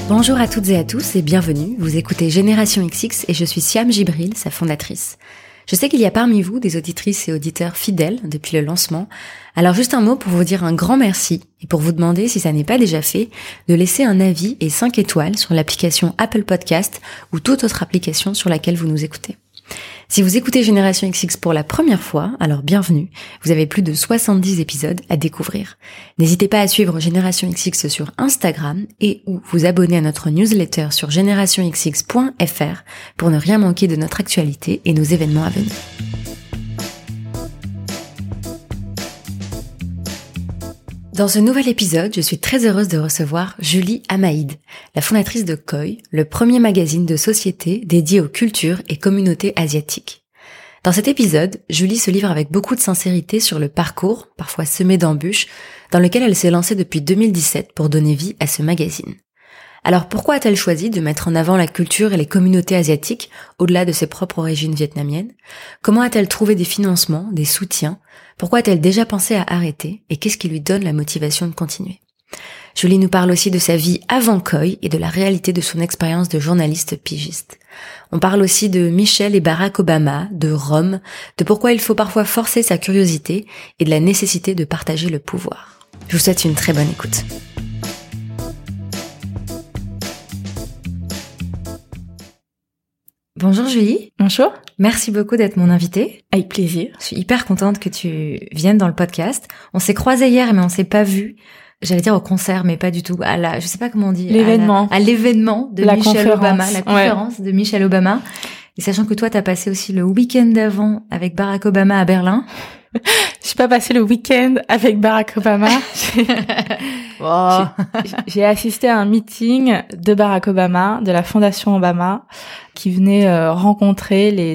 Bonjour à toutes et à tous et bienvenue, vous écoutez Génération XX et je suis Siam Gibril, sa fondatrice. Je sais qu'il y a parmi vous des auditrices et auditeurs fidèles depuis le lancement, alors juste un mot pour vous dire un grand merci et pour vous demander, si ça n'est pas déjà fait, de laisser un avis et 5 étoiles sur l'application Apple Podcast ou toute autre application sur laquelle vous nous écoutez. Si vous écoutez Génération XX pour la première fois, alors bienvenue, vous avez plus de 70 épisodes à découvrir. N'hésitez pas à suivre Génération XX sur Instagram et ou vous abonner à notre newsletter sur generationxx.fr pour ne rien manquer de notre actualité et nos événements à venir. Dans ce nouvel épisode, je suis très heureuse de recevoir Julie Hamaïd, la fondatrice de Koi, le premier magazine de société dédié aux cultures et communautés asiatiques. Dans cet épisode, Julie se livre avec beaucoup de sincérité sur le parcours, parfois semé d'embûches, dans lequel elle s'est lancée depuis 2017 pour donner vie à ce magazine. Alors pourquoi a-t-elle choisi de mettre en avant la culture et les communautés asiatiques au-delà de ses propres origines vietnamiennes? Comment a-t-elle trouvé des financements, des soutiens? Pourquoi a-t-elle déjà pensé à arrêter? Et qu'est-ce qui lui donne la motivation de continuer? Julie nous parle aussi de sa vie avant Koi et de la réalité de son expérience de journaliste pigiste. On parle aussi de Michelle et Barack Obama, de Rome, de pourquoi il faut parfois forcer sa curiosité et de la nécessité de partager le pouvoir. Je vous souhaite une très bonne écoute. Bonjour Julie. Bonjour. Merci beaucoup d'être mon invitée. Avec plaisir. Je suis hyper contente que tu viennes dans le podcast. On s'est croisés hier, mais on s'est pas vus. J'allais dire au concert, mais pas du tout. Je sais pas comment on dit. L'événement. À l'événement de Michelle Obama, la conférence de Michelle Obama. Et sachant que toi, t'as passé aussi le week-end d'avant avec Barack Obama à Berlin. J'ai pas passé le week-end avec Barack Obama. J'ai assisté à un meeting de Barack Obama, de la Fondation Obama, qui venait rencontrer les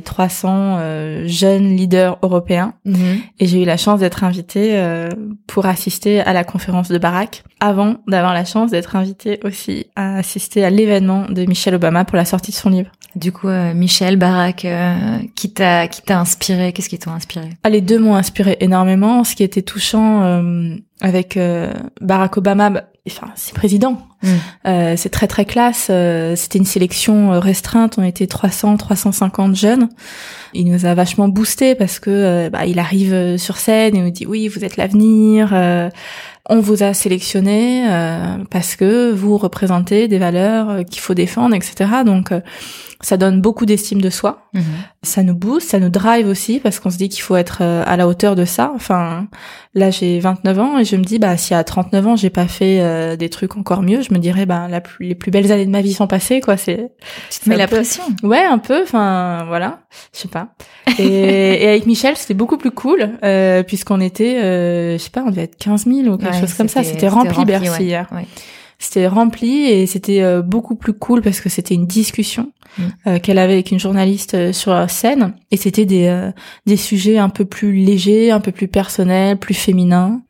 300 jeunes leaders européens. Mm-hmm. Et j'ai eu la chance d'être invitée pour assister à la conférence de Barack, avant d'avoir la chance d'être invitée aussi à assister à l'événement de Michelle Obama pour la sortie de son livre. Du coup, Michelle, Barack, qui t'a inspiré? Qu'est-ce qui t'a inspiré? Les deux m'ont inspiré énormément. Ce qui était touchant avec Barack Obama, c'est président. C'est très très classe. C'était une sélection restreinte. On était 350 jeunes. Il nous a vachement boosté parce que il arrive sur scène et nous dit oui, vous êtes l'avenir. On vous a sélectionné parce que vous représentez des valeurs qu'il faut défendre, etc. Donc ça donne beaucoup d'estime de soi. Mmh. Ça nous booste, ça nous drive aussi parce qu'on se dit qu'il faut être à la hauteur de ça. Enfin, là j'ai 29 ans et je me dis si à 39 ans j'ai pas fait des trucs encore mieux, je me dirais les plus belles années de ma vie sont passées quoi. Tu te mets la pression. Ouais, un peu. Enfin voilà, je sais pas. Et avec Michel c'était beaucoup plus cool puisqu'on était, on devait être 15 000 ou quelque chose comme ça. C'était rempli Bercy hier. Ouais. C'était rempli et c'était beaucoup plus cool parce que c'était une discussion qu'elle avait avec une journaliste sur scène et c'était des sujets un peu plus légers, un peu plus personnels, plus féminins,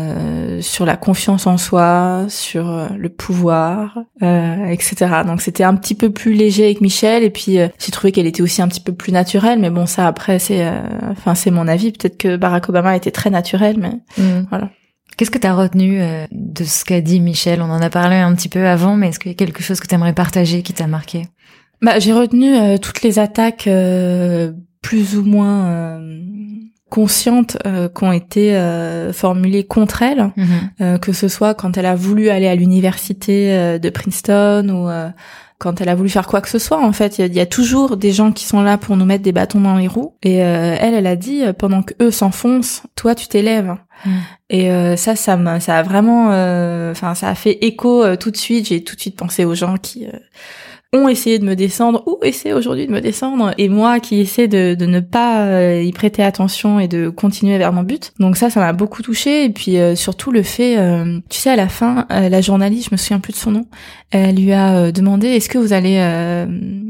sur la confiance en soi, sur le pouvoir, etc. Donc c'était un petit peu plus léger avec Michelle et puis j'ai trouvé qu'elle était aussi un petit peu plus naturelle, mais bon ça après c'est mon avis, peut-être que Barack Obama était très naturel, mais voilà. Qu'est-ce que tu as retenu de ce qu'a dit Michel? On en a parlé un petit peu avant, mais est-ce qu'il y a quelque chose que tu aimerais partager qui t'a marqué? J'ai retenu toutes les attaques plus ou moins conscientes qui ont été formulées contre elle, que ce soit quand elle a voulu aller à l'université de Princeton ou quand elle a voulu faire quoi que ce soit. En fait, il y a toujours des gens qui sont là pour nous mettre des bâtons dans les roues. Et elle a dit pendant que eux s'enfoncent, toi tu t'élèves. Et ça a vraiment, ça a fait écho tout de suite. J'ai tout de suite pensé aux gens qui ont essayé de me descendre ou essaient aujourd'hui de me descendre, et moi qui essaie de ne pas y prêter attention et de continuer vers mon but. Donc ça m'a beaucoup touchée. Et puis surtout le fait, tu sais, à la fin, la journaliste, je me souviens plus de son nom, elle lui a demandé est-ce que vous allez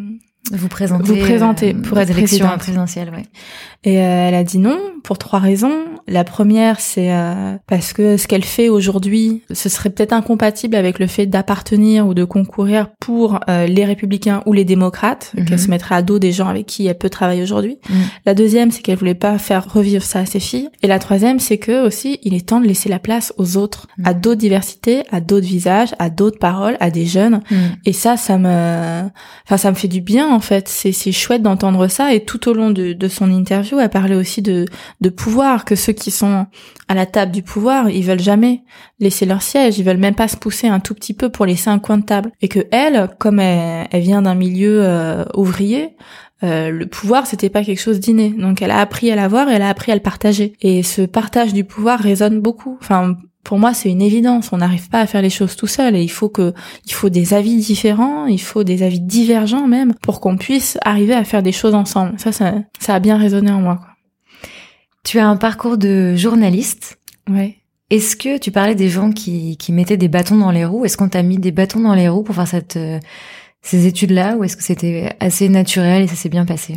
Vous présenter pour être l'élection présidente. présidentielle, ouais. Et elle a dit non pour 3 raisons. La première, c'est parce que ce qu'elle fait aujourd'hui, ce serait peut-être incompatible avec le fait d'appartenir ou de concourir pour les Républicains ou les démocrates, qu'elle se mettrait à dos des gens avec qui elle peut travailler aujourd'hui. La deuxième, c'est qu'elle voulait pas faire revivre ça à ses filles. Et la troisième, c'est que aussi, il est temps de laisser la place aux autres, à d'autres diversités, à d'autres visages, à d'autres paroles, à des jeunes. Et ça me fait du bien, en fait. C'est chouette d'entendre ça. Et tout au long de son interview, elle parlait aussi de pouvoir, que ceux qui sont à la table du pouvoir, ils veulent jamais laisser leur siège, ils veulent même pas se pousser un tout petit peu pour laisser un coin de table. Et que elle, comme elle vient d'un milieu ouvrier, le pouvoir, c'était pas quelque chose d'inné. Donc elle a appris à l'avoir et elle a appris à le partager. Et ce partage du pouvoir résonne beaucoup. Enfin, pour moi, c'est une évidence. On n'arrive pas à faire les choses tout seul et il faut des avis différents, il faut des avis divergents même pour qu'on puisse arriver à faire des choses ensemble. Ça a bien résonné en moi, quoi. Tu as un parcours de journaliste. Ouais. Est-ce que tu parlais des gens qui mettaient des bâtons dans les roues? Est-ce qu'on t'a mis des bâtons dans les roues pour faire ces études-là, ou est-ce que c'était assez naturel et ça s'est bien passé?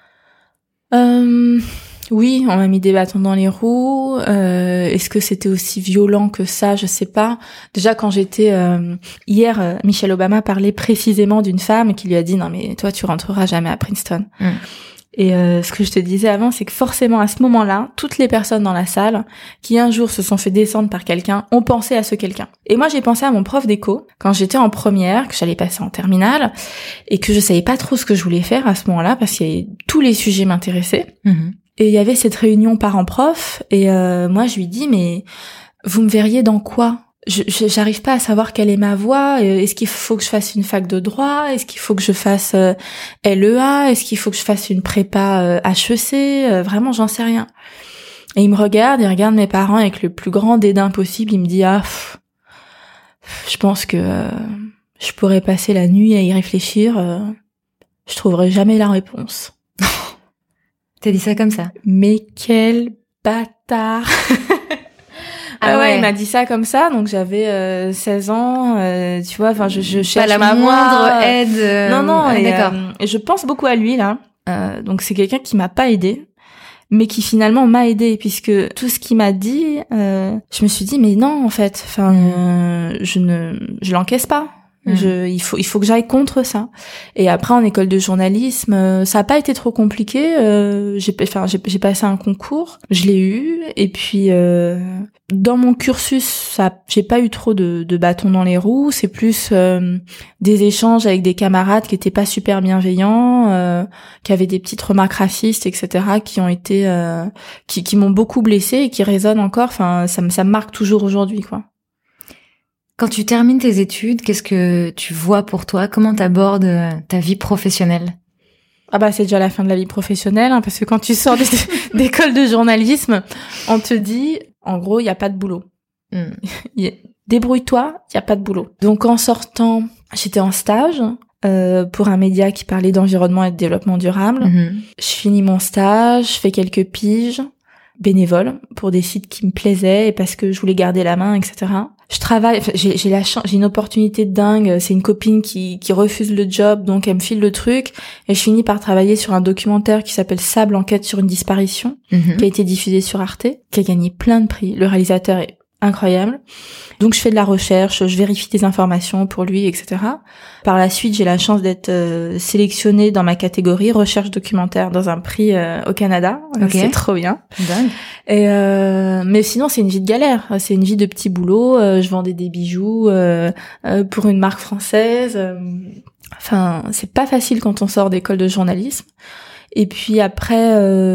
Oui, on m'a mis des bâtons dans les roues. Est-ce que c'était aussi violent que ça? Je sais pas. Déjà, quand j'étais hier, Michelle Obama parlait précisément d'une femme qui lui a dit non mais toi tu rentreras jamais à Princeton. Et ce que je te disais avant, c'est que forcément à ce moment-là, toutes les personnes dans la salle qui un jour se sont fait descendre par quelqu'un ont pensé à ce quelqu'un. Et moi, j'ai pensé à mon prof d'éco quand j'étais en première, que j'allais passer en terminale et que je savais pas trop ce que je voulais faire à ce moment-là parce que tous les sujets m'intéressaient. Et il y avait cette réunion parents-prof et moi je lui dis mais vous me verriez dans quoi? J'arrive pas à savoir quelle est ma voie. Est-ce qu'il faut que je fasse une fac de droit? Est-ce qu'il faut que je fasse LEA? Est-ce qu'il faut que je fasse une prépa HEC? Vraiment, j'en sais rien. Et il regarde mes parents avec le plus grand dédain possible. Il me dit je pense que je pourrais passer la nuit à y réfléchir. Je trouverai jamais la réponse. T'as dit ça comme ça? Mais quel bâtard. Ah ouais. Il m'a dit ça comme ça, donc j'avais 16 ans, tu vois, enfin je cherche pas la ma moindre aide. Non, d'accord. Et je pense beaucoup à lui là. Donc c'est quelqu'un qui m'a pas aidé, mais qui finalement m'a aidé puisque tout ce qu'il m'a dit, je me suis dit mais non en fait, enfin je l'encaisse pas. Il faut que j'aille contre ça. Et après en école de journalisme, ça a pas été trop compliqué. J'ai passé un concours, je l'ai eu. Et puis dans mon cursus, j'ai pas eu trop de bâtons dans les roues. C'est plus des échanges avec des camarades qui étaient pas super bienveillants, qui avaient des petites remarques racistes, etc. Qui ont été, qui m'ont beaucoup blessée et qui résonnent encore. Enfin, ça me marque toujours aujourd'hui, quoi. Quand tu termines tes études, qu'est-ce que tu vois pour toi? Comment t'abordes ta vie professionnelle? C'est déjà la fin de la vie professionnelle, hein, parce que quand tu sors d'école de journalisme, on te dit, en gros, il y a pas de boulot. Débrouille-toi, il y a pas de boulot. Donc en sortant, j'étais en stage pour un média qui parlait d'environnement et de développement durable. Je finis mon stage, je fais quelques piges bénévoles pour des sites qui me plaisaient et parce que je voulais garder la main, etc. Je travaille, j'ai une opportunité de dingue, c'est une copine qui refuse le job, donc elle me file le truc, et je finis par travailler sur un documentaire qui s'appelle Sable, enquête sur une disparition, qui a été diffusé sur Arte, qui a gagné plein de prix. Le réalisateur est incroyable. Donc je fais de la recherche, je vérifie des informations pour lui, etc. Par la suite, j'ai la chance d'être sélectionnée dans ma catégorie recherche documentaire dans un prix au Canada. Okay. C'est trop bien. Dingue. Et mais sinon, c'est une vie de galère. C'est une vie de petit boulot. Je vendais des bijoux pour une marque française. Enfin, c'est pas facile quand on sort d'école de journalisme. Et puis après,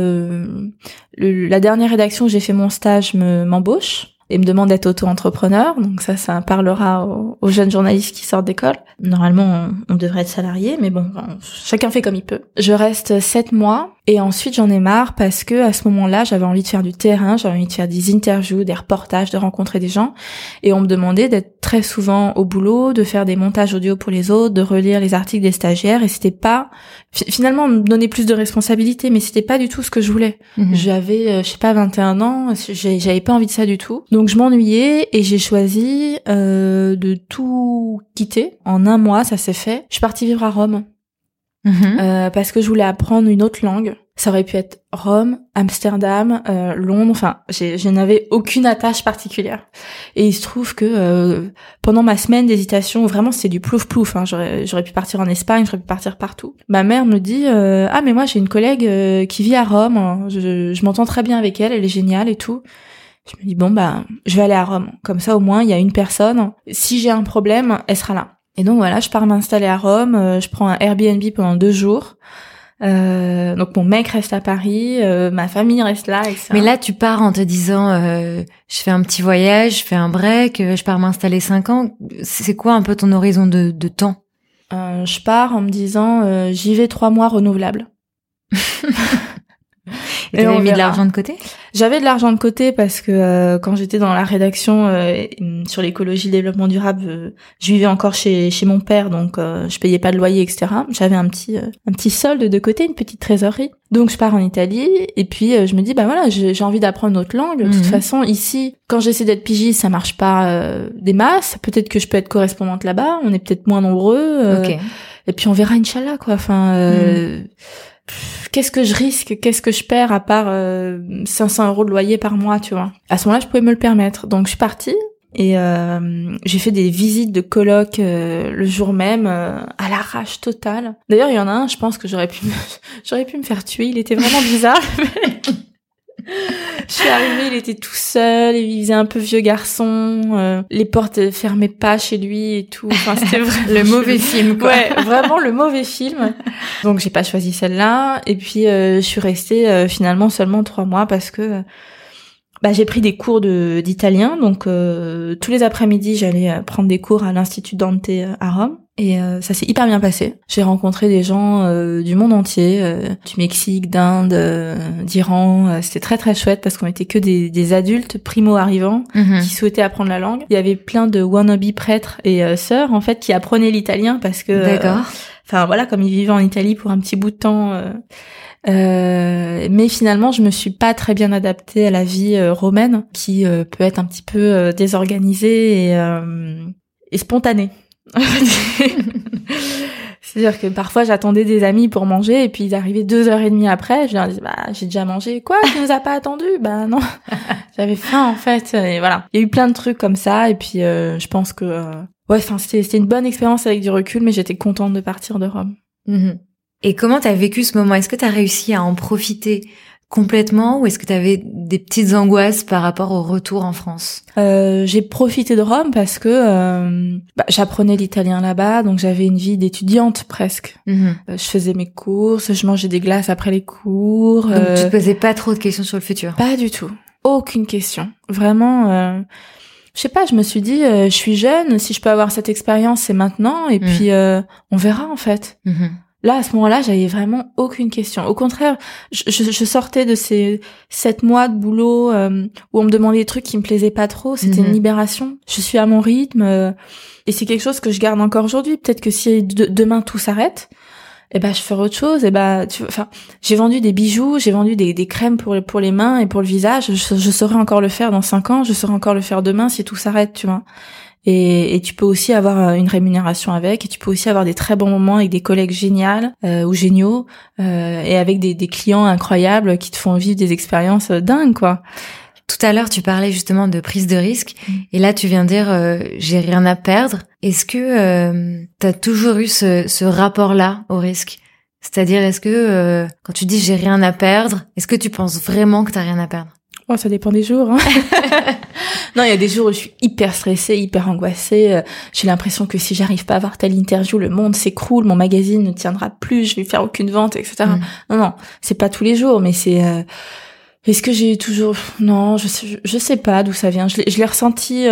la dernière rédaction où j'ai fait mon stage m'embauche et me demande d'être auto-entrepreneur. Donc ça parlera aux jeunes journalistes qui sortent d'école. Normalement, on devrait être salarié, mais bon, chacun fait comme il peut. Je reste 7 mois et ensuite j'en ai marre parce que à ce moment-là, j'avais envie de faire du terrain, j'avais envie de faire des interviews, des reportages, de rencontrer des gens. Et on me demandait d'être très souvent au boulot, de faire des montages audio pour les autres, de relire les articles des stagiaires. Et c'était pas... Finalement, on me donnait plus de responsabilités, mais c'était pas du tout ce que je voulais. J'avais, 21 ans, j'avais pas envie de ça du tout. Donc je m'ennuyais et j'ai choisi de tout quitter. En 1 mois, ça s'est fait. Je suis partie vivre à Rome. parce que je voulais apprendre une autre langue. Ça aurait pu être Rome, Amsterdam, Londres, enfin, je n'avais aucune attache particulière. Et il se trouve que pendant ma semaine d'hésitation, vraiment c'était du plouf-plouf, hein, j'aurais pu partir en Espagne, j'aurais pu partir partout. Ma mère me dit ah mais moi j'ai une collègue qui vit à Rome, hein, je m'entends très bien avec elle est géniale et tout. Je me dis bon bah je vais aller à Rome, comme ça au moins il y a une personne, si j'ai un problème, elle sera là. Et donc voilà, je pars m'installer à Rome, je prends un Airbnb pendant 2 jours. Donc mon mec reste à Paris, ma famille reste là, etc. Mais là, tu pars en te disant, je fais un petit voyage, je fais un break, je pars m'installer 5 ans. C'est quoi un peu ton horizon de temps? Je pars en me disant, j'y vais 3 mois renouvelables. Et t'avais mis de l'argent de côté? J'avais de l'argent de côté parce que quand j'étais dans la rédaction sur l'écologie et le développement durable, je vivais encore chez mon père, donc je payais pas de loyer, etc. J'avais un petit solde de côté, une petite trésorerie. Donc je pars en Italie et puis je me dis bah voilà, j'ai envie d'apprendre une autre langue. De toute façon, ici, quand j'essaie d'être pigiste, ça marche pas des masses. Peut-être que je peux être correspondante là-bas. On est peut-être moins nombreux. Okay. Et puis on verra, Inch'Allah, quoi. Enfin. Qu'est-ce que je risque, qu'est-ce que je perds à part 500 € de loyer par mois, tu vois. À ce moment-là, je pouvais me le permettre. Donc, je suis partie et j'ai fait des visites de colocs le jour même, à l'arrache totale. D'ailleurs, il y en a un, je pense que j'aurais pu me faire tuer. Il était vraiment bizarre. Je suis arrivée, il était tout seul, il faisait un peu vieux garçon, les portes fermaient pas chez lui et tout. Enfin, c'était vraiment le mauvais film, quoi. Ouais, vraiment le mauvais film. Donc j'ai pas choisi celle-là. Et puis je suis restée finalement seulement 3 mois parce que j'ai pris des cours d'italien. Donc tous les après-midi, j'allais prendre des cours à l'Institut Dante à Rome. Et ça s'est hyper bien passé. J'ai rencontré des gens du monde entier, du Mexique, d'Inde, d'Iran. C'était très très chouette parce qu'on était que des adultes primo-arrivants qui souhaitaient apprendre la langue. Il y avait plein de wannabe prêtres et sœurs en fait qui apprenaient l'italien parce que d'accord. Enfin voilà, comme ils vivaient en Italie pour un petit bout de temps. Mais finalement, je me suis pas très bien adaptée à la vie romaine qui peut être un petit peu désorganisée et spontanée. C'est-à-dire que parfois j'attendais des amis pour manger et puis ils arrivaient 2h30 après, je leur disais j'ai déjà mangé. Quoi, tu nous as pas attendu? Non. J'avais faim en fait et voilà. Il y a eu plein de trucs comme ça et puis je pense que c'était une bonne expérience avec du recul, mais j'étais contente de partir de Rome. Et comment t'as vécu ce moment? Est-ce que t'as réussi à en profiter complètement ou est-ce que t'avais des petites angoisses par rapport au retour en France? J'ai profité de Rome parce que j'apprenais l'italien là-bas, donc j'avais une vie d'étudiante presque. Je faisais mes courses, je mangeais des glaces après les cours. Donc tu te posais pas trop de questions sur le futur? Pas du tout. Aucune question. Vraiment, je sais pas, je me suis dit, je suis jeune, si je peux avoir cette expérience, c'est maintenant, et puis on verra en fait. Là, à ce moment-là, j'avais vraiment aucune question. Au contraire, je sortais de ces 7 mois de boulot où on me demandait des trucs qui me plaisaient pas trop. C'était une libération. Je suis à mon rythme et c'est quelque chose que je garde encore aujourd'hui. Peut-être que si demain tout s'arrête, je ferai autre chose. J'ai vendu des bijoux, j'ai vendu des crèmes pour les mains et pour le visage. Je saurais encore le faire dans 5 ans. Je saurais encore le faire demain si tout s'arrête, tu vois. Et tu peux aussi avoir une rémunération avec, et tu peux aussi avoir des très bons moments avec des collègues ou géniaux, et avec des clients incroyables qui te font vivre des expériences dingues, quoi. Tout à l'heure, tu parlais justement de prise de risque, et là, tu viens de dire j'ai rien à perdre. Est-ce que t'as toujours eu ce rapport-là au risque? C'est-à-dire, est-ce que quand tu dis j'ai rien à perdre, est-ce que tu penses vraiment que t'as rien à perdre? Oh, ça dépend des jours, hein. Non, il y a des jours où je suis hyper stressée, hyper angoissée. J'ai l'impression que si j'arrive pas à avoir telle interview, le monde s'écroule, mon magazine ne tiendra plus, je vais faire aucune vente, etc. Non, c'est pas tous les jours, mais c'est... Est-ce que j'ai toujours... Non, je sais pas d'où ça vient. Je l'ai ressenti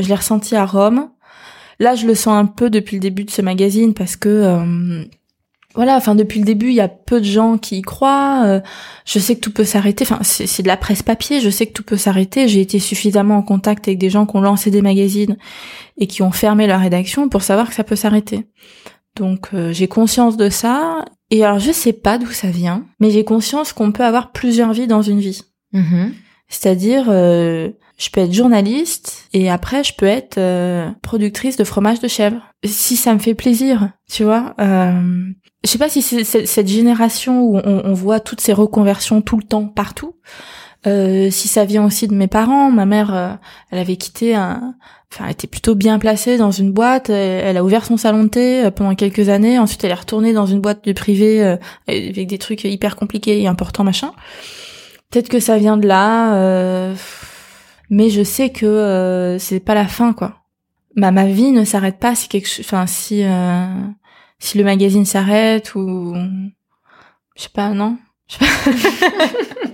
à Rome. Là, je le sens un peu depuis le début de ce magazine parce que... depuis le début, il y a peu de gens qui y croient. Je sais que tout peut s'arrêter. Enfin, c'est de la presse papier. Je sais que tout peut s'arrêter. J'ai été suffisamment en contact avec des gens qui ont lancé des magazines et qui ont fermé leur rédaction pour savoir que ça peut s'arrêter. Donc, j'ai conscience de ça. Et alors, je sais pas d'où ça vient, mais j'ai conscience qu'on peut avoir plusieurs vies dans une vie. C'est-à-dire, je je peux être journaliste et après je peux être productrice de fromage de chèvre. Si ça me fait plaisir, tu vois. Je sais pas si c'est cette génération où on voit toutes ces reconversions tout le temps, partout. Si ça vient aussi de mes parents. Ma mère, elle avait quitté elle était plutôt bien placée dans une boîte. Elle a ouvert son salon de thé pendant quelques années. Ensuite, elle est retournée dans une boîte du privé avec des trucs hyper compliqués et importants, machin. Peut-être que ça vient de là, mais je sais que c'est pas la fin, quoi. Ma vie ne s'arrête pas si si le magazine s'arrête ou je sais pas, non. Je sais pas.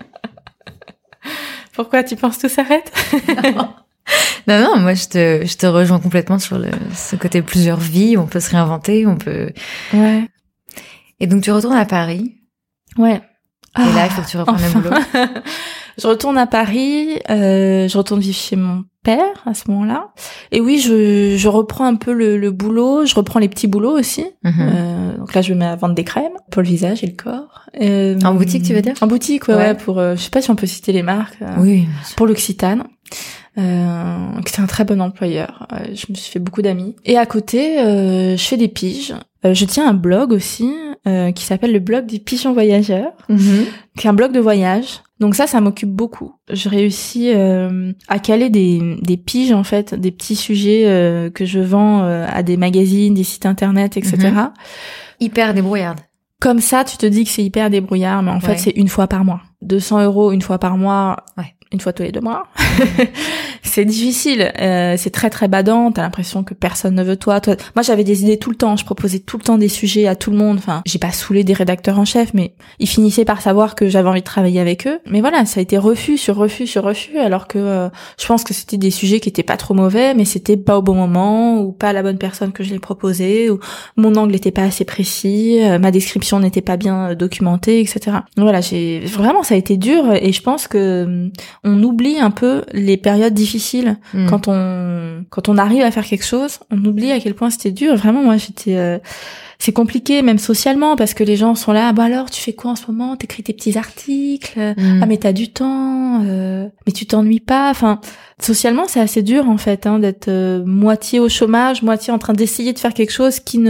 Pourquoi tu penses tout s'arrête? Non, moi je te rejoins complètement sur ce côté plusieurs vies, on peut se réinventer, on peut. Ouais. Et donc tu retournes à Paris. Ouais. Et là, il faut que tu reprennes le boulot. Je retourne à Paris, je retourne vivre chez mon père à ce moment-là. Et oui, je reprends un peu le boulot, je reprends les petits boulots aussi. Donc là, je me mets à vendre des crèmes pour le visage et le corps. En boutique, tu veux dire? En boutique, ouais, pour, je sais pas si on peut citer les marques. Oui. Pour l'Occitane. C'est un très bon employeur. Je me suis fait beaucoup d'amis. Et à côté, je fais des piges. Je tiens un blog aussi qui s'appelle le blog des pigeons voyageurs, qui est un blog de voyage. Donc ça m'occupe beaucoup. Je réussis à caler des piges, en fait, des petits sujets que je vends à des magazines, des sites internet, etc. Hyper débrouillarde. Comme ça, tu te dis que c'est hyper débrouillard, mais en fait, c'est une fois par mois. 200 € une fois par mois. Ouais. Une fois tous les 2 mois. C'est difficile. C'est très très badant. T'as l'impression que personne ne veut toi. Moi, j'avais des idées tout le temps. Je proposais tout le temps des sujets à tout le monde. Enfin, j'ai pas saoulé des rédacteurs en chef, mais ils finissaient par savoir que j'avais envie de travailler avec eux. Mais voilà, ça a été refus sur refus sur refus, alors que je pense que c'était des sujets qui étaient pas trop mauvais, mais c'était pas au bon moment, ou pas à la bonne personne que je les proposais, ou mon angle n'était pas assez précis, ma description n'était pas bien documentée, etc. Donc voilà, vraiment, ça a été dur, et je pense que on oublie un peu les périodes difficiles quand on arrive à faire quelque chose. On oublie à quel point c'était dur. Vraiment, moi, c'est compliqué, même socialement, parce que les gens sont là. Bah alors, tu fais quoi en ce moment? T'écris tes petits articles. Ah mais t'as du temps. Mais tu t'ennuies pas. Enfin, socialement, c'est assez dur en fait, d'être moitié au chômage, moitié en train d'essayer de faire quelque chose qui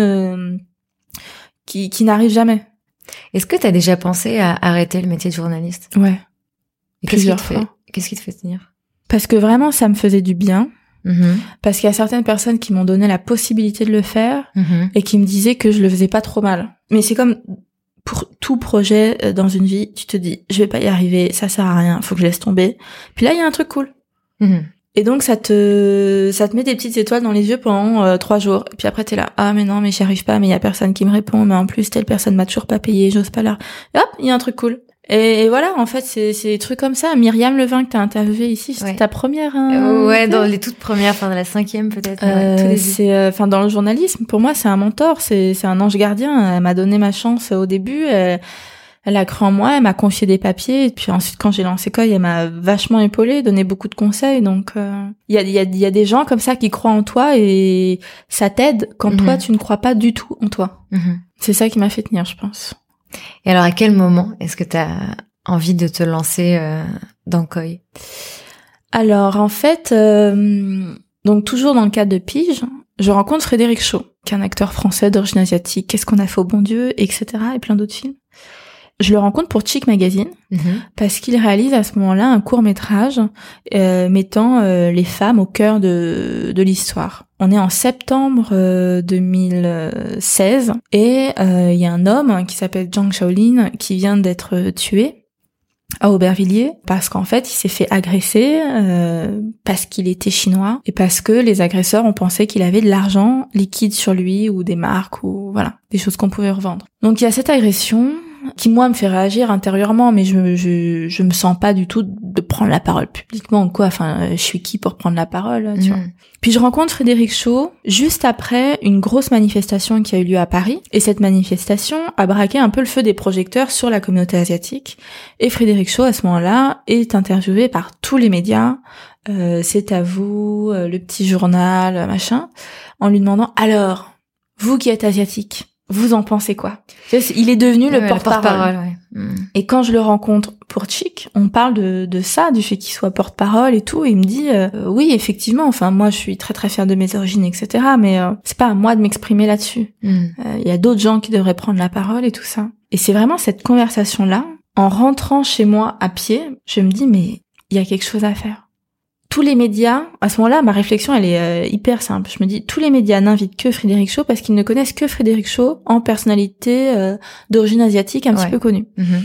n'arrive jamais. Est-ce que t'as déjà pensé à arrêter le métier de journaliste? Ouais. Plusieurs fois. Qu'est-ce qui te fait tenir? Parce que vraiment, ça me faisait du bien. Parce qu'il y a certaines personnes qui m'ont donné la possibilité de le faire et qui me disaient que je le faisais pas trop mal. Mais c'est comme pour tout projet dans une vie, tu te dis, je vais pas y arriver, ça sert à rien, faut que je laisse tomber. Puis là, il y a un truc cool. Et donc, ça te met des petites étoiles dans les yeux pendant 3 jours. Et puis après, t'es là, ah mais non, mais j'y arrive pas, mais il y a personne qui me répond, mais en plus, telle personne m'a toujours pas payé, j'ose pas là. Et hop, il y a un truc cool. Et voilà, en fait, c'est des trucs comme ça. Myriam Levin que t'as interviewé ici, c'était ta première. Ouais, dans les toutes premières, dans la 5e peut-être. C'est, dans le journalisme, pour moi, c'est un mentor, c'est un ange gardien. Elle m'a donné ma chance au début. Elle a cru en moi, elle m'a confié des papiers. Et puis ensuite, quand j'ai lancé Koi, elle m'a vachement épaulée, donné beaucoup de conseils. Donc, il y a des gens comme ça qui croient en toi et ça t'aide quand toi, tu ne crois pas du tout en toi. C'est ça qui m'a fait tenir, je pense. Et alors, à quel moment est-ce que t'as envie de te lancer dans Koi? Alors, en fait, donc toujours dans le cadre de Pige, je rencontre Frédéric Shaw, qui est un acteur français d'origine asiatique. Qu'est-ce qu'on a fait au bon Dieu, etc. et plein d'autres films. Je le rencontre pour Chic Magazine parce qu'il réalise à ce moment-là un court-métrage mettant les femmes au cœur de l'histoire. On est en septembre 2016 et il y a un homme qui s'appelle Zhang Shaolin qui vient d'être tué à Aubervilliers parce qu'en fait il s'est fait agresser parce qu'il était chinois et parce que les agresseurs ont pensé qu'il avait de l'argent liquide sur lui ou des marques ou voilà, des choses qu'on pouvait revendre. Donc il y a cette agression qui moi me fait réagir intérieurement, mais je me sens pas du tout de prendre la parole publiquement ou quoi. Enfin, je suis qui pour prendre la parole, tu vois. Puis je rencontre Frédéric Shaw juste après une grosse manifestation qui a eu lieu à Paris, et cette manifestation a braqué un peu le feu des projecteurs sur la communauté asiatique. Et Frédéric Shaw à ce moment-là est interviewé par tous les médias, C'est à vous, le petit journal, machin, en lui demandant alors, vous qui êtes asiatique, vous en pensez quoi? Il est devenu le porte-parole. Ouais. Et quand je le rencontre pour Chic, on parle de ça, du fait qu'il soit porte-parole et tout, et il me dit oui, effectivement, enfin moi je suis très très fière de mes origines, etc. Mais c'est pas à moi de m'exprimer là-dessus. Il y a d'autres gens qui devraient prendre la parole et tout ça. Et c'est vraiment cette conversation-là, en rentrant chez moi à pied, je me dis mais il y a quelque chose à faire. Tous les médias, à ce moment-là, ma réflexion, elle est hyper simple. Je me dis, tous les médias n'invitent que Frédéric Shaw parce qu'ils ne connaissent que Frédéric Shaw en personnalité d'origine asiatique un petit peu connue.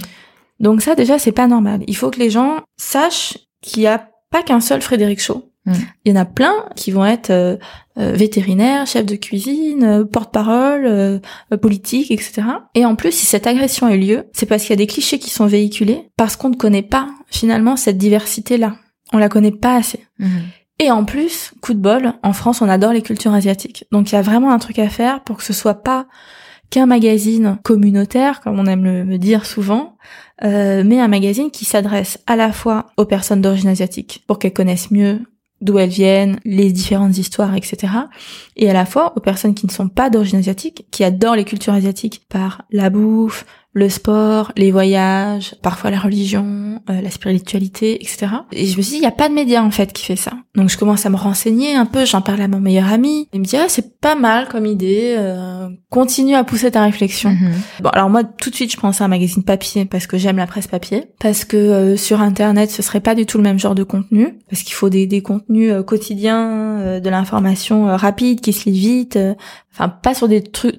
Donc ça, déjà, c'est pas normal. Il faut que les gens sachent qu'il y a pas qu'un seul Frédéric Shaw. Il y en a plein qui vont être vétérinaires, chefs de cuisine, porte-parole, politique, etc. Et en plus, si cette agression a eu lieu, c'est parce qu'il y a des clichés qui sont véhiculés, parce qu'on ne connaît pas, finalement, cette diversité-là. On la connaît pas assez. Et en plus, coup de bol, en France, on adore les cultures asiatiques. Donc il y a vraiment un truc à faire pour que ce soit pas qu'un magazine communautaire, comme on aime me dire souvent, mais un magazine qui s'adresse à la fois aux personnes d'origine asiatique, pour qu'elles connaissent mieux d'où elles viennent, les différentes histoires, etc. Et à la fois aux personnes qui ne sont pas d'origine asiatique, qui adorent les cultures asiatiques par la bouffe, le sport, les voyages, parfois la religion, la spiritualité, etc. Et je me suis dit, il n'y a pas de média en fait qui fait ça. Donc je commence à me renseigner un peu, j'en parle à mon meilleur ami. Il me dit, ah c'est pas mal comme idée, continue à pousser ta réflexion. Bon alors moi tout de suite je pense à un magazine papier parce que j'aime la presse papier, parce que sur internet ce serait pas du tout le même genre de contenu, parce qu'il faut des contenus quotidiens, de l'information rapide qui se lit vite, enfin pas sur des trucs,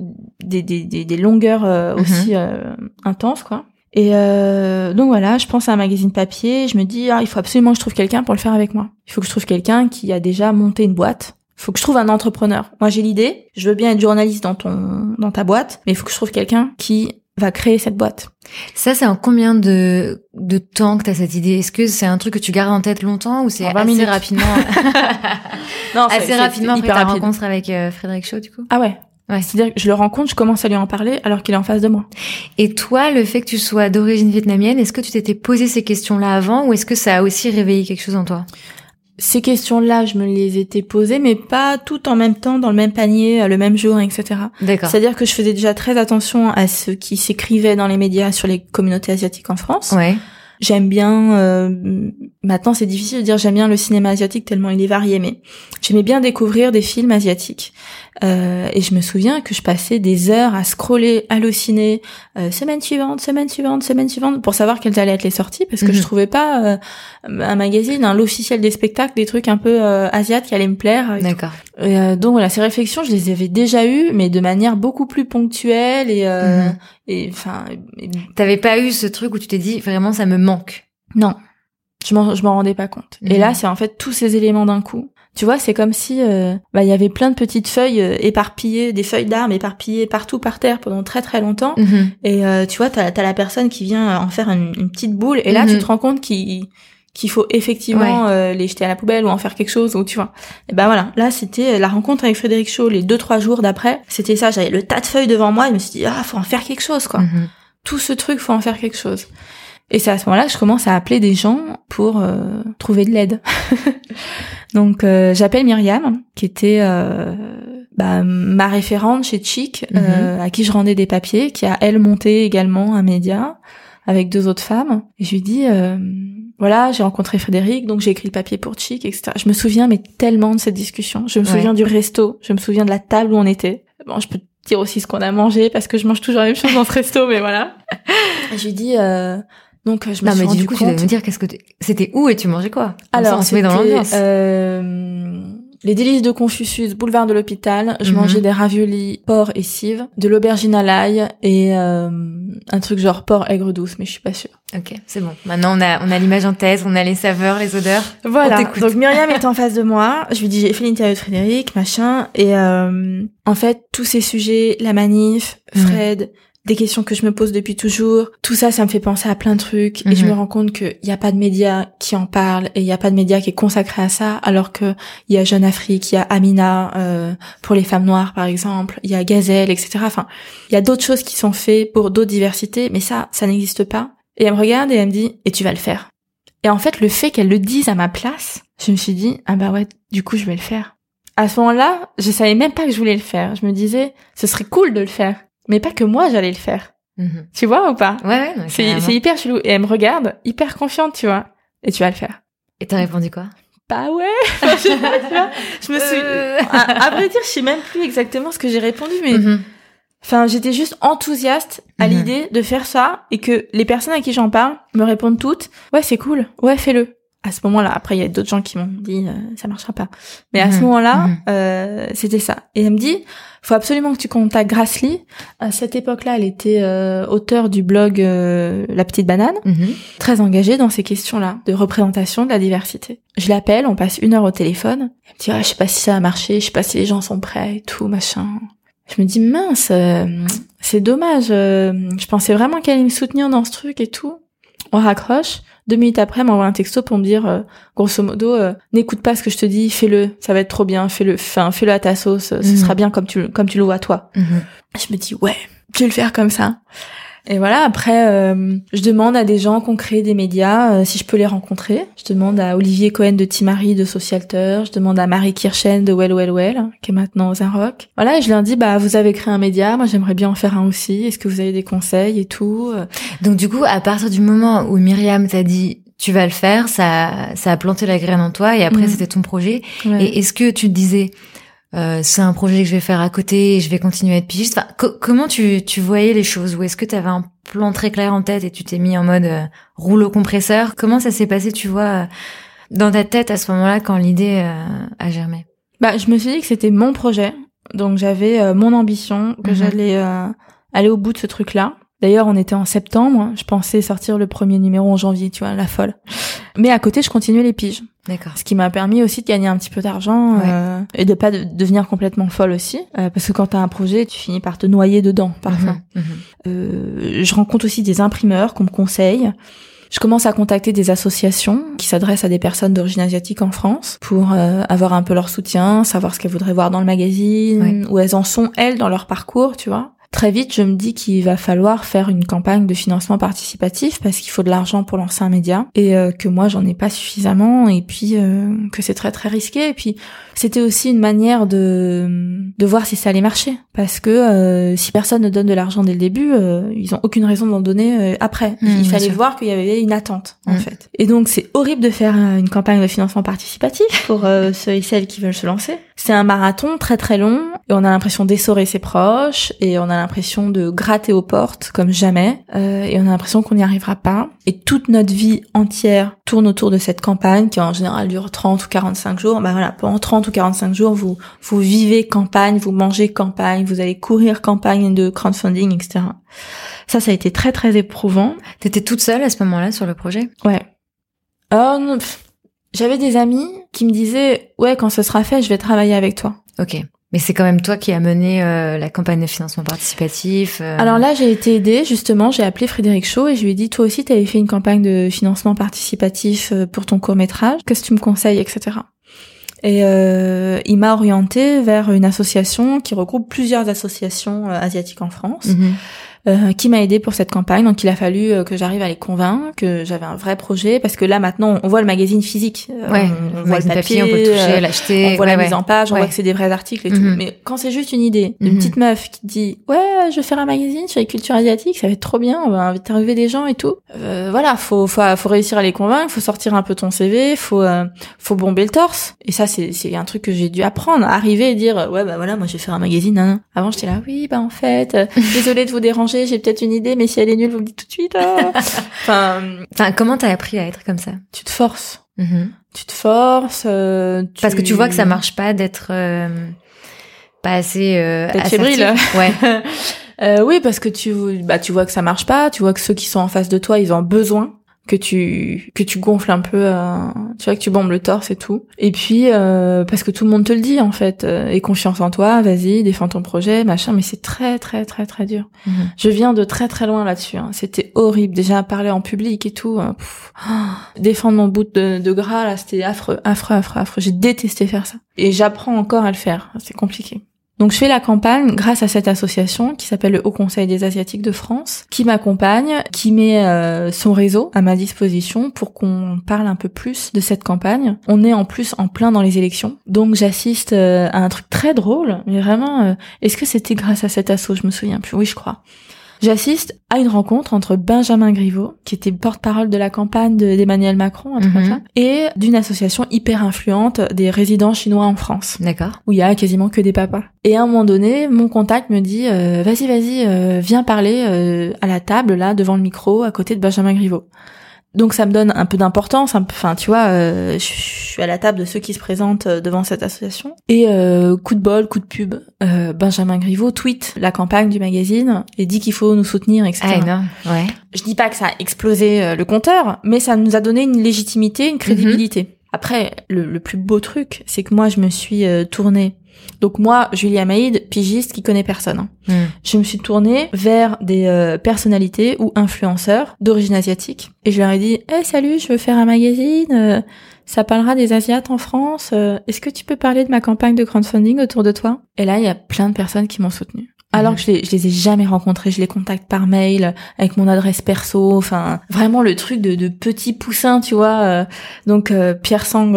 des longueurs aussi intenses quoi. Et donc voilà, je pense à un magazine papier, je me dis il faut absolument que je trouve quelqu'un pour le faire avec moi. Il faut que je trouve quelqu'un qui a déjà monté une boîte. Il faut que je trouve un entrepreneur. Moi j'ai l'idée, je veux bien être journaliste dans ta boîte, mais il faut que je trouve quelqu'un qui va créer cette boîte. Ça, c'est en combien de temps que t'as cette idée? Est-ce que c'est un truc que tu gardes en tête longtemps ou c'est assez rapidement? Non, assez rapidement après ta rencontre avec Frédéric Shaw, du coup? Ah ouais. C'est-à-dire que je le rencontre, je commence à lui en parler alors qu'il est en face de moi. Et toi, le fait que tu sois d'origine vietnamienne, est-ce que tu t'étais posé ces questions-là avant ou est-ce que ça a aussi réveillé quelque chose en toi? Ces questions-là, je me les étais posées, mais pas toutes en même temps, dans le même panier, le même jour, etc. D'accord. C'est-à-dire que je faisais déjà très attention à ce qui s'écrivait dans les médias sur les communautés asiatiques en France. Ouais. J'aime bien, maintenant c'est difficile de dire j'aime bien le cinéma asiatique tellement il est varié, mais j'aimais bien découvrir des films asiatiques. Et je me souviens que je passais des heures à scroller, halluciner, semaine suivante, pour savoir quelles allaient être les sorties, parce que je trouvais pas un magazine, l'officiel des spectacles, des trucs un peu asiates qui allaient me plaire. D'accord. Donc voilà, ces réflexions, je les avais déjà eues, mais de manière beaucoup plus ponctuelle et enfin. T'avais pas eu ce truc où tu t'es dit vraiment ça me manque? Non, je m'en rendais pas compte. Et là, c'est en fait tous ces éléments d'un coup. Tu vois, c'est comme si il y avait plein de petites feuilles éparpillées, des feuilles d'arbres éparpillées partout par terre pendant très très longtemps. Et tu vois, t'as la personne qui vient en faire une petite boule. Et là, tu te rends compte qu'il faut effectivement les jeter à la poubelle ou en faire quelque chose, ou tu vois. Et ben voilà, là c'était la rencontre avec Frédéric Shaw les 2-3 jours d'après. C'était ça, j'avais le tas de feuilles devant moi et je me suis dit faut en faire quelque chose quoi. Tout ce truc, faut en faire quelque chose. Et c'est à ce moment-là que je commence à appeler des gens pour trouver de l'aide. Donc j'appelle Myriam, qui était ma référente chez Chic, à qui je rendais des papiers, qui a elle monté également un média avec 2 autres femmes. Et je lui dis voilà, j'ai rencontré Frédéric, donc j'ai écrit le papier pour Chic, etc. Je me souviens mais tellement de cette discussion. Je me souviens du resto, je me souviens de la table où on était. Bon, je peux te dire aussi ce qu'on a mangé parce que je mange toujours la même chose dans ce resto, mais voilà. Et je lui dis donc je me suis rendu compte. Tu devais me dire c'était où et tu mangeais quoi? Alors on se met dans l'ambiance. Les délices de Confucius, boulevard de l'Hôpital. Je mangeais des raviolis porc et cive, de l'aubergine à l'ail et un truc genre porc aigre douce, mais je suis pas sûre. Ok, c'est bon. Maintenant on a l'image en tête, on a les saveurs, les odeurs. Voilà. Donc Myriam est en face de moi. Je lui dis j'ai fait l'interview de Frédéric, machin, et en fait tous ces sujets, la manif, Fred. Des questions que je me pose depuis toujours. Tout ça, ça me fait penser à plein de trucs. Et je me rends compte qu'il n'y a pas de média qui en parle et il n'y a pas de média qui est consacré à ça, alors que il y a Jeune Afrique, il y a Amina pour les femmes noires, par exemple. Il y a Gazelle, etc. Enfin, il y a d'autres choses qui sont faites pour d'autres diversités, mais ça n'existe pas. Et elle me regarde et elle me dit « Et tu vas le faire ». Et en fait, le fait qu'elle le dise à ma place, je me suis dit « Ah bah ouais, du coup, je vais le faire ». À ce moment-là, je savais même pas que je voulais le faire. Je me disais « Ce serait cool de le faire ». mais pas que moi j'allais le faire. Tu vois ou pas? Ouais, c'est hyper chelou. Et elle me regarde, hyper confiante, tu vois. Et tu vas le faire. Et t'as répondu quoi? Bah ouais. Tu vois, je me suis. À vrai dire, je sais même plus exactement ce que j'ai répondu, mais. Enfin, j'étais juste enthousiaste à l'idée de faire ça et que les personnes à qui j'en parle me répondent toutes, ouais, c'est cool, ouais, fais-le. À ce moment-là, après, il y a d'autres gens qui m'ont dit, ça marchera pas. Mais à ce moment-là, c'était ça. Et elle me dit, faut absolument que tu contactes Grassley. À cette époque-là, elle était auteure du blog La Petite Banane, très engagée dans ces questions-là de représentation de la diversité. Je l'appelle, on passe 1 heure au téléphone. Elle me dit, ah, je sais pas si ça va marcher, je sais pas si les gens sont prêts et tout, machin. Je me dis, mince, c'est dommage. Je pensais vraiment qu'elle allait me soutenir dans ce truc et tout. On raccroche. 2 minutes après, elle m'envoie un texto pour me dire, grosso modo, n'écoute pas ce que je te dis, fais-le, ça va être trop bien, fais-le à ta sauce, ce sera bien comme tu le vois toi. Je me dis, ouais, je vais le faire comme ça. Et voilà, après, je demande à des gens qui ont créé des médias si je peux les rencontrer. Je demande à Olivier Cohen de Timari de Socialter, je demande à Marie Kirchen de Well Well Well, qui est maintenant aux Inrock. Voilà, et je leur dis, bah, vous avez créé un média, moi j'aimerais bien en faire un aussi, est-ce que vous avez des conseils et tout. Donc du coup, à partir du moment où Myriam t'a dit, tu vas le faire, ça a planté la graine en toi, et après c'était ton projet. Ouais. Et est-ce que tu te disais, c'est un projet que je vais faire à côté et je vais continuer à être pigiste. Enfin, comment tu voyais les choses? Ou est-ce que tu avais un plan très clair en tête et tu t'es mis en mode rouleau compresseur? Comment ça s'est passé, tu vois, dans ta tête à ce moment-là quand l'idée a germé? Bah, je me suis dit que c'était mon projet. Donc j'avais mon ambition, que j'allais aller au bout de ce truc-là. D'ailleurs, on était en septembre. Je pensais sortir le premier numéro en janvier, tu vois, la folle. Mais à côté, je continuais les piges. D'accord. Ce qui m'a permis aussi de gagner un petit peu d'argent et de pas devenir complètement folle aussi. Parce que quand t'as un projet, tu finis par te noyer dedans, parfois. Je rencontre aussi des imprimeurs qu'on me conseille. Je commence à contacter des associations qui s'adressent à des personnes d'origine asiatique en France pour avoir un peu leur soutien, savoir ce qu'elles voudraient voir dans le magazine, où elles en sont, elles, dans leur parcours, tu vois. Très vite, je me dis qu'il va falloir faire une campagne de financement participatif parce qu'il faut de l'argent pour lancer un média et que moi, j'en ai pas suffisamment et puis que c'est très très risqué. Et puis, c'était aussi une manière de voir si ça allait marcher parce que si personne ne donne de l'argent dès le début, ils ont aucune raison d'en donner après. Il fallait voir qu'il y avait une attente, en fait. Et donc, c'est horrible de faire une campagne de financement participatif pour ceux et celles qui veulent se lancer. C'est un marathon très très long et on a l'impression d'essorer ses proches et on a l'impression de gratter aux portes comme jamais et on a l'impression qu'on n'y arrivera pas. Et toute notre vie entière tourne autour de cette campagne qui en général dure 30 ou 45 jours. Bah voilà, pendant 30 ou 45 jours, vous vivez campagne, vous mangez campagne, vous allez courir campagne de crowdfunding, etc. Ça a été très très éprouvant. T'étais toute seule à ce moment-là sur le projet? Ouais. Oh non, j'avais des amis qui me disaient « Ouais, quand ce sera fait, je vais travailler avec toi. » Ok. Mais c'est quand même toi qui as mené la campagne de financement participatif. Alors là, j'ai été aidée, justement. J'ai appelé Frédéric Shaw et je lui ai dit « Toi aussi, tu avais fait une campagne de financement participatif pour ton court-métrage. Qu'est-ce que tu me conseilles, etc. » Et il m'a orientée vers une association qui regroupe plusieurs associations asiatiques en France. Qui m'a aidée pour cette campagne. Donc il a fallu que j'arrive à les convaincre que j'avais un vrai projet parce que là maintenant on voit le magazine physique, on voit le papier, on peut toucher, l'acheter, on voit la mise en page, on voit que c'est des vrais articles et tout. Mais quand c'est juste une idée d'une petite meuf qui dit ouais je vais faire un magazine sur les cultures asiatiques, ça va être trop bien, on va interviewer des gens et tout. Voilà, faut réussir à les convaincre, faut sortir un peu ton CV, faut bomber le torse. Et ça c'est un truc que j'ai dû apprendre, arriver et dire ouais bah voilà moi je vais faire un magazine. Hein. Avant j'étais là oui bah en fait désolée de vous déranger. J'ai peut-être une idée, mais si elle est nulle, vous me dites tout de suite. Enfin, comment t'as appris à être comme ça? Tu te forces. Tu te forces. Parce que tu vois que ça marche pas d'être pas assez d'être fébrile. Ouais. Oui, parce que tu vois que ça marche pas. Tu vois que ceux qui sont en face de toi, ils ont besoin que tu gonfles un peu, tu vois que tu bombes le torse et tout. Et puis parce que tout le monde te le dit en fait, aie confiance en toi, vas-y, défends ton projet, machin. Mais c'est très très très très dur. Je viens de très très loin là-dessus. Hein. C'était horrible. Déjà parler en public et tout. Défendre mon bout de gras là, c'était affreux. J'ai détesté faire ça. Et j'apprends encore à le faire. C'est compliqué. Donc je fais la campagne grâce à cette association qui s'appelle le Haut Conseil des Asiatiques de France, qui m'accompagne, qui met son réseau à ma disposition pour qu'on parle un peu plus de cette campagne. On est en plus en plein dans les élections, donc j'assiste à un truc très drôle, mais vraiment, est-ce que c'était grâce à cette asso? Je me souviens plus, oui je crois. J'assiste à une rencontre entre Benjamin Griveaux, qui était porte-parole de la campagne d'Emmanuel Macron, un truc comme ça, et d'une association hyper influente des résidents chinois en France. D'accord. Où il y a quasiment que des papas. Et à un moment donné, mon contact me dit vas-y, viens parler à la table, là, devant le micro, à côté de Benjamin Griveaux. Donc ça me donne un peu d'importance, enfin tu vois, je suis à la table de ceux qui se présentent devant cette association. Et coup de bol, coup de pub, Benjamin Griveaux tweet la campagne du magazine et dit qu'il faut nous soutenir, etc. Ah énorme, ouais. Je dis pas que ça a explosé le compteur, mais ça nous a donné une légitimité, une crédibilité. Après, le plus beau truc, c'est que moi je me suis tournée. Donc moi, Julie Amaïd, pigiste qui connaît personne. Je me suis tournée vers des personnalités ou influenceurs d'origine asiatique et je leur ai dit « Hey, salut, je veux faire un magazine, ça parlera des Asiates en France, est-ce que tu peux parler de ma campagne de crowdfunding autour de toi ?» Et là, il y a plein de personnes qui m'ont soutenue. Alors que je les ai jamais rencontrés, je les contacte par mail, avec mon adresse perso, enfin, vraiment le truc de petit poussin, tu vois. Donc, Pierre Sang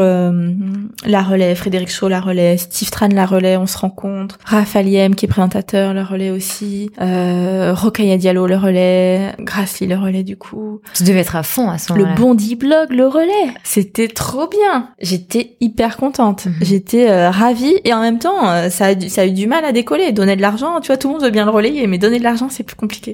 la relaie, Frédéric Chaud la relaie, Steve Tran la relaie, on se rencontre, Raphaël Yem, qui est présentateur, la relaie aussi, Rokhaya Diallo le relaie, Grassley le relaie du coup. Tu devais être à fond à ce moment-là. Le Bondi Blog le relaie. C'était trop bien. J'étais hyper contente. J'étais ravie et en même temps, ça a eu du mal à décoller. Donner de l'argent, tu vois, tout le monde veut bien le relayer, mais donner de l'argent, c'est plus compliqué.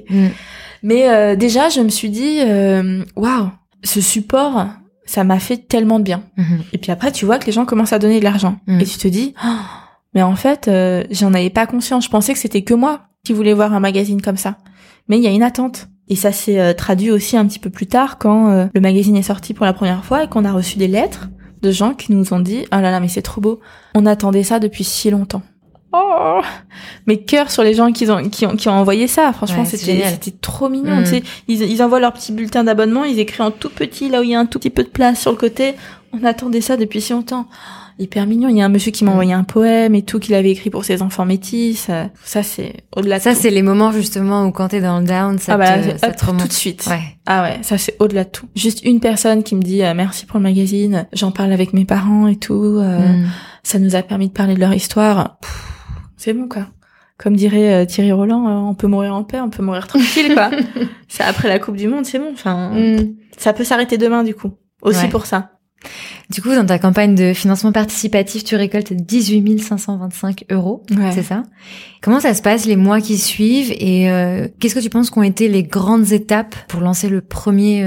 Mais déjà, je me suis dit, waouh, ce support, ça m'a fait tellement de bien. Et puis après, tu vois que les gens commencent à donner de l'argent. Et tu te dis, oh, mais en fait, j'en avais pas conscience. Je pensais que c'était que moi qui voulais voir un magazine comme ça. Mais il y a une attente. Et ça s'est traduit aussi un petit peu plus tard quand le magazine est sorti pour la première fois et qu'on a reçu des lettres de gens qui nous ont dit, oh là là, mais c'est trop beau. On attendait ça depuis si longtemps. Oh, mes cœurs sur les gens qui ont envoyé ça. Franchement, ouais, c'était trop mignon. Tu sais, ils envoient leur petit bulletin d'abonnement, ils écrivent en tout petit là où il y a un tout petit peu de place sur le côté. On attendait ça depuis si longtemps. Hyper mignon. Il y a un monsieur qui m'a envoyé un poème et tout qu'il avait écrit pour ses enfants métis. Ça c'est au-delà. Ça c'est les moments justement où quand t'es dans le down, ça te remonte tout de suite. Ouais. Ah ouais, ça c'est au-delà de tout. Juste une personne qui me dit merci pour le magazine. J'en parle avec mes parents et tout. Ça nous a permis de parler de leur histoire. C'est bon, quoi. Comme dirait Thierry Roland, on peut mourir en paix, on peut mourir tranquille, quoi. Ça, après la Coupe du Monde, c'est bon. Enfin, ça peut s'arrêter demain, du coup. Aussi pour ça. Du coup, dans ta campagne de financement participatif, tu récoltes 18 525 €, c'est ça? Comment ça se passe les mois qui suivent et qu'est-ce que tu penses qu'ont été les grandes étapes pour lancer le premier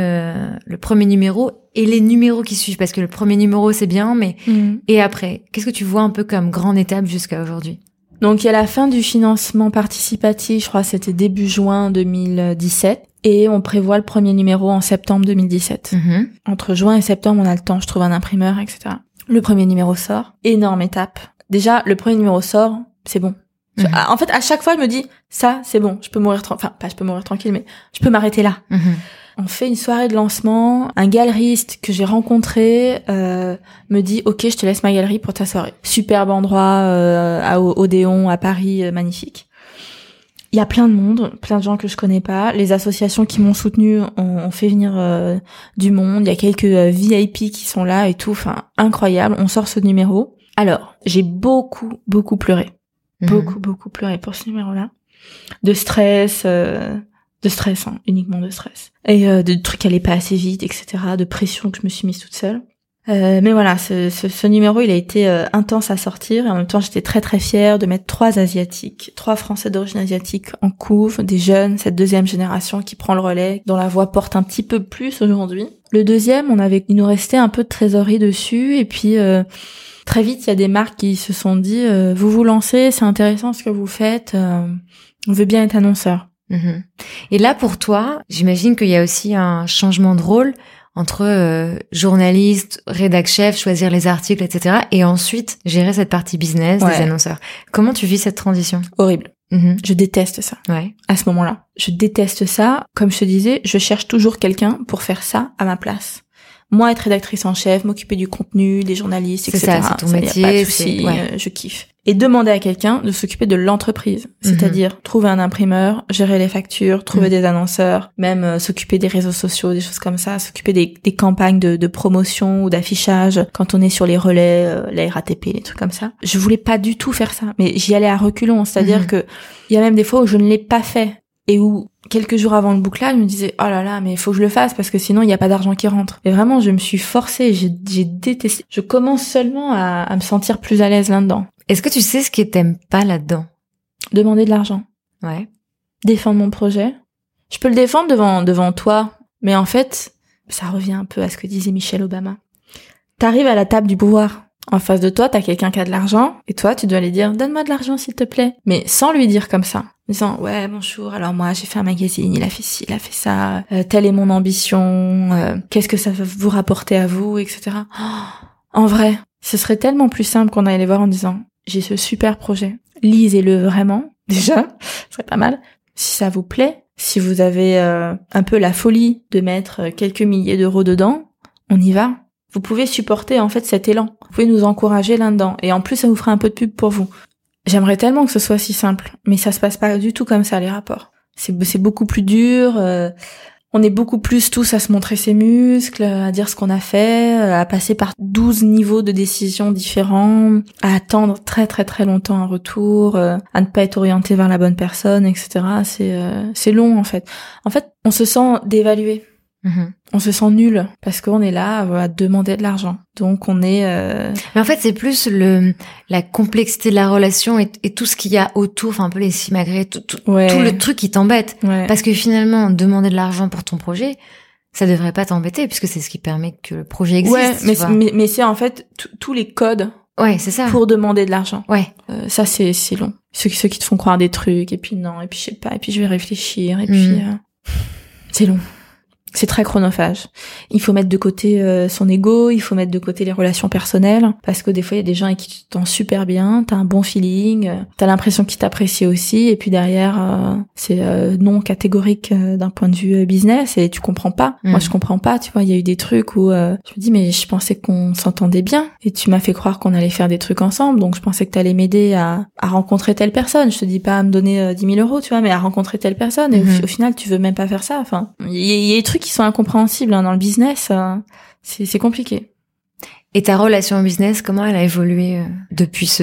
numéro et les numéros qui suivent? Parce que le premier numéro, c'est bien, mais et après, qu'est-ce que tu vois un peu comme grande étape jusqu'à aujourd'hui? Donc, il y a la fin du financement participatif, je crois que c'était début juin 2017. Et on prévoit le premier numéro en septembre 2017. Entre juin et septembre, on a le temps, je trouve un imprimeur, etc. Le premier numéro sort. Énorme étape. Déjà, le premier numéro sort, c'est bon. En fait, à chaque fois, je me dis, ça, c'est bon, je peux mourir enfin, pas je peux mourir tranquille, mais je peux m'arrêter là. On fait une soirée de lancement. Un galeriste que j'ai rencontré me dit, ok, je te laisse ma galerie pour ta soirée. Superbe endroit à Odéon, à Paris, magnifique. Il y a plein de monde, plein de gens que je connais pas. Les associations qui m'ont soutenue ont fait venir du monde. Il y a quelques VIP qui sont là et tout. Enfin, incroyable. On sort ce numéro. Alors, j'ai beaucoup pleuré. Beaucoup pleuré pour ce numéro-là. De stress, uniquement de stress. Et de trucs qui allaient pas assez vite, etc. De pression que je me suis mise toute seule. Mais voilà, ce numéro, il a été intense à sortir et en même temps, j'étais très très fière de mettre 3 Français d'origine asiatique en couve, des jeunes, cette deuxième génération qui prend le relais, dont la voix porte un petit peu plus aujourd'hui. Le deuxième, il nous restait un peu de trésorerie dessus et puis très vite, il y a des marques qui se sont dit vous vous lancez, c'est intéressant ce que vous faites, on veut bien être annonceur. Et là, pour toi, j'imagine qu'il y a aussi un changement de rôle entre journaliste, rédac-chef, choisir les articles, etc. et ensuite gérer cette partie business des annonceurs. Comment tu vis cette transition? Horrible. Je déteste ça. À ce moment-là. Je déteste ça. Comme je te disais, je cherche toujours quelqu'un pour faire ça à ma place. Moi, être rédactrice en chef, m'occuper du contenu, des journalistes, etc. C'est ça, c'est ton métier. Y a pas de souci, je kiffe. et demander à quelqu'un de s'occuper de l'entreprise. C'est-à-dire trouver un imprimeur, gérer les factures, trouver des annonceurs, même s'occuper des réseaux sociaux, des choses comme ça, s'occuper des campagnes de promotion ou d'affichage quand on est sur les relais, la RATP, les trucs comme ça. Je voulais pas du tout faire ça, mais j'y allais à reculons. C'est-à-dire que il y a même des fois où je ne l'ai pas fait et où quelques jours avant le bouclage, je me disais oh là là, mais il faut que je le fasse parce que sinon il n'y a pas d'argent qui rentre. Et vraiment, je me suis forcée, j'ai détesté. Je commence seulement à me sentir plus à l'aise là-dedans. Est-ce que tu sais ce que t'aimes pas là-dedans? Demander de l'argent. Ouais. Défendre mon projet. Je peux le défendre devant toi, mais en fait, ça revient un peu à ce que disait Michelle Obama. T'arrives à la table du pouvoir. En face de toi, t'as quelqu'un qui a de l'argent, et toi, tu dois lui dire, donne-moi de l'argent, s'il te plaît. Mais sans lui dire comme ça. En disant, ouais, bonjour, alors moi, j'ai fait un magazine, il a fait ci, il a fait ça, telle est mon ambition, qu'est-ce que ça va vous rapporter à vous, etc. En vrai, ce serait tellement plus simple qu'on aille les voir en disant, j'ai ce super projet, lisez-le vraiment, déjà, ce serait pas mal. Si ça vous plaît, si vous avez un peu la folie de mettre quelques milliers d'euros dedans, on y va. Vous pouvez supporter en fait cet élan. Vous pouvez nous encourager là-dedans. Et en plus, ça vous fera un peu de pub pour vous. J'aimerais tellement que ce soit si simple. Mais ça se passe pas du tout comme ça, les rapports. C'est beaucoup plus dur. On est beaucoup plus tous à se montrer ses muscles, à dire ce qu'on a fait, à passer par 12 niveaux de décision différents, à attendre très très très longtemps un retour, à ne pas être orienté vers la bonne personne, etc. C'est long en fait. En fait, on se sent dévalué. On se sent nul parce qu'on est là à demander de l'argent. Donc on est Mais en fait, c'est plus la complexité de la relation et tout ce qu'il y a autour, enfin un peu les simagrées, tout le truc qui t'embête. Ouais. Parce que finalement, demander de l'argent pour ton projet, ça devrait pas t'embêter puisque c'est ce qui permet que le projet existe. Ouais, mais c'est en fait tous les codes. Ouais, c'est ça. Pour demander de l'argent. Ouais. Ça c'est long. Ceux qui te font croire des trucs et puis non, et puis je sais pas, et puis je vais réfléchir et puis c'est long. C'est très chronophage. Il faut mettre de côté son ego, il faut mettre de côté les relations personnelles, parce que des fois il y a des gens avec qui tu t'entends super bien, t'as un bon feeling, t'as l'impression qu'ils t'apprécient aussi, et puis derrière c'est non catégorique d'un point de vue business, et tu comprends pas. Moi je comprends pas, tu vois, il y a eu des trucs où je me dis mais je pensais qu'on s'entendait bien, et tu m'as fait croire qu'on allait faire des trucs ensemble, donc je pensais que t'allais m'aider à rencontrer telle personne. Je te dis pas à me donner 10 000 euros, tu vois, mais à rencontrer telle personne, et au final tu veux même pas faire ça. Enfin, il y a des trucs qui sont incompréhensibles dans le business, c'est compliqué. Et ta relation au business, comment elle a évolué depuis ce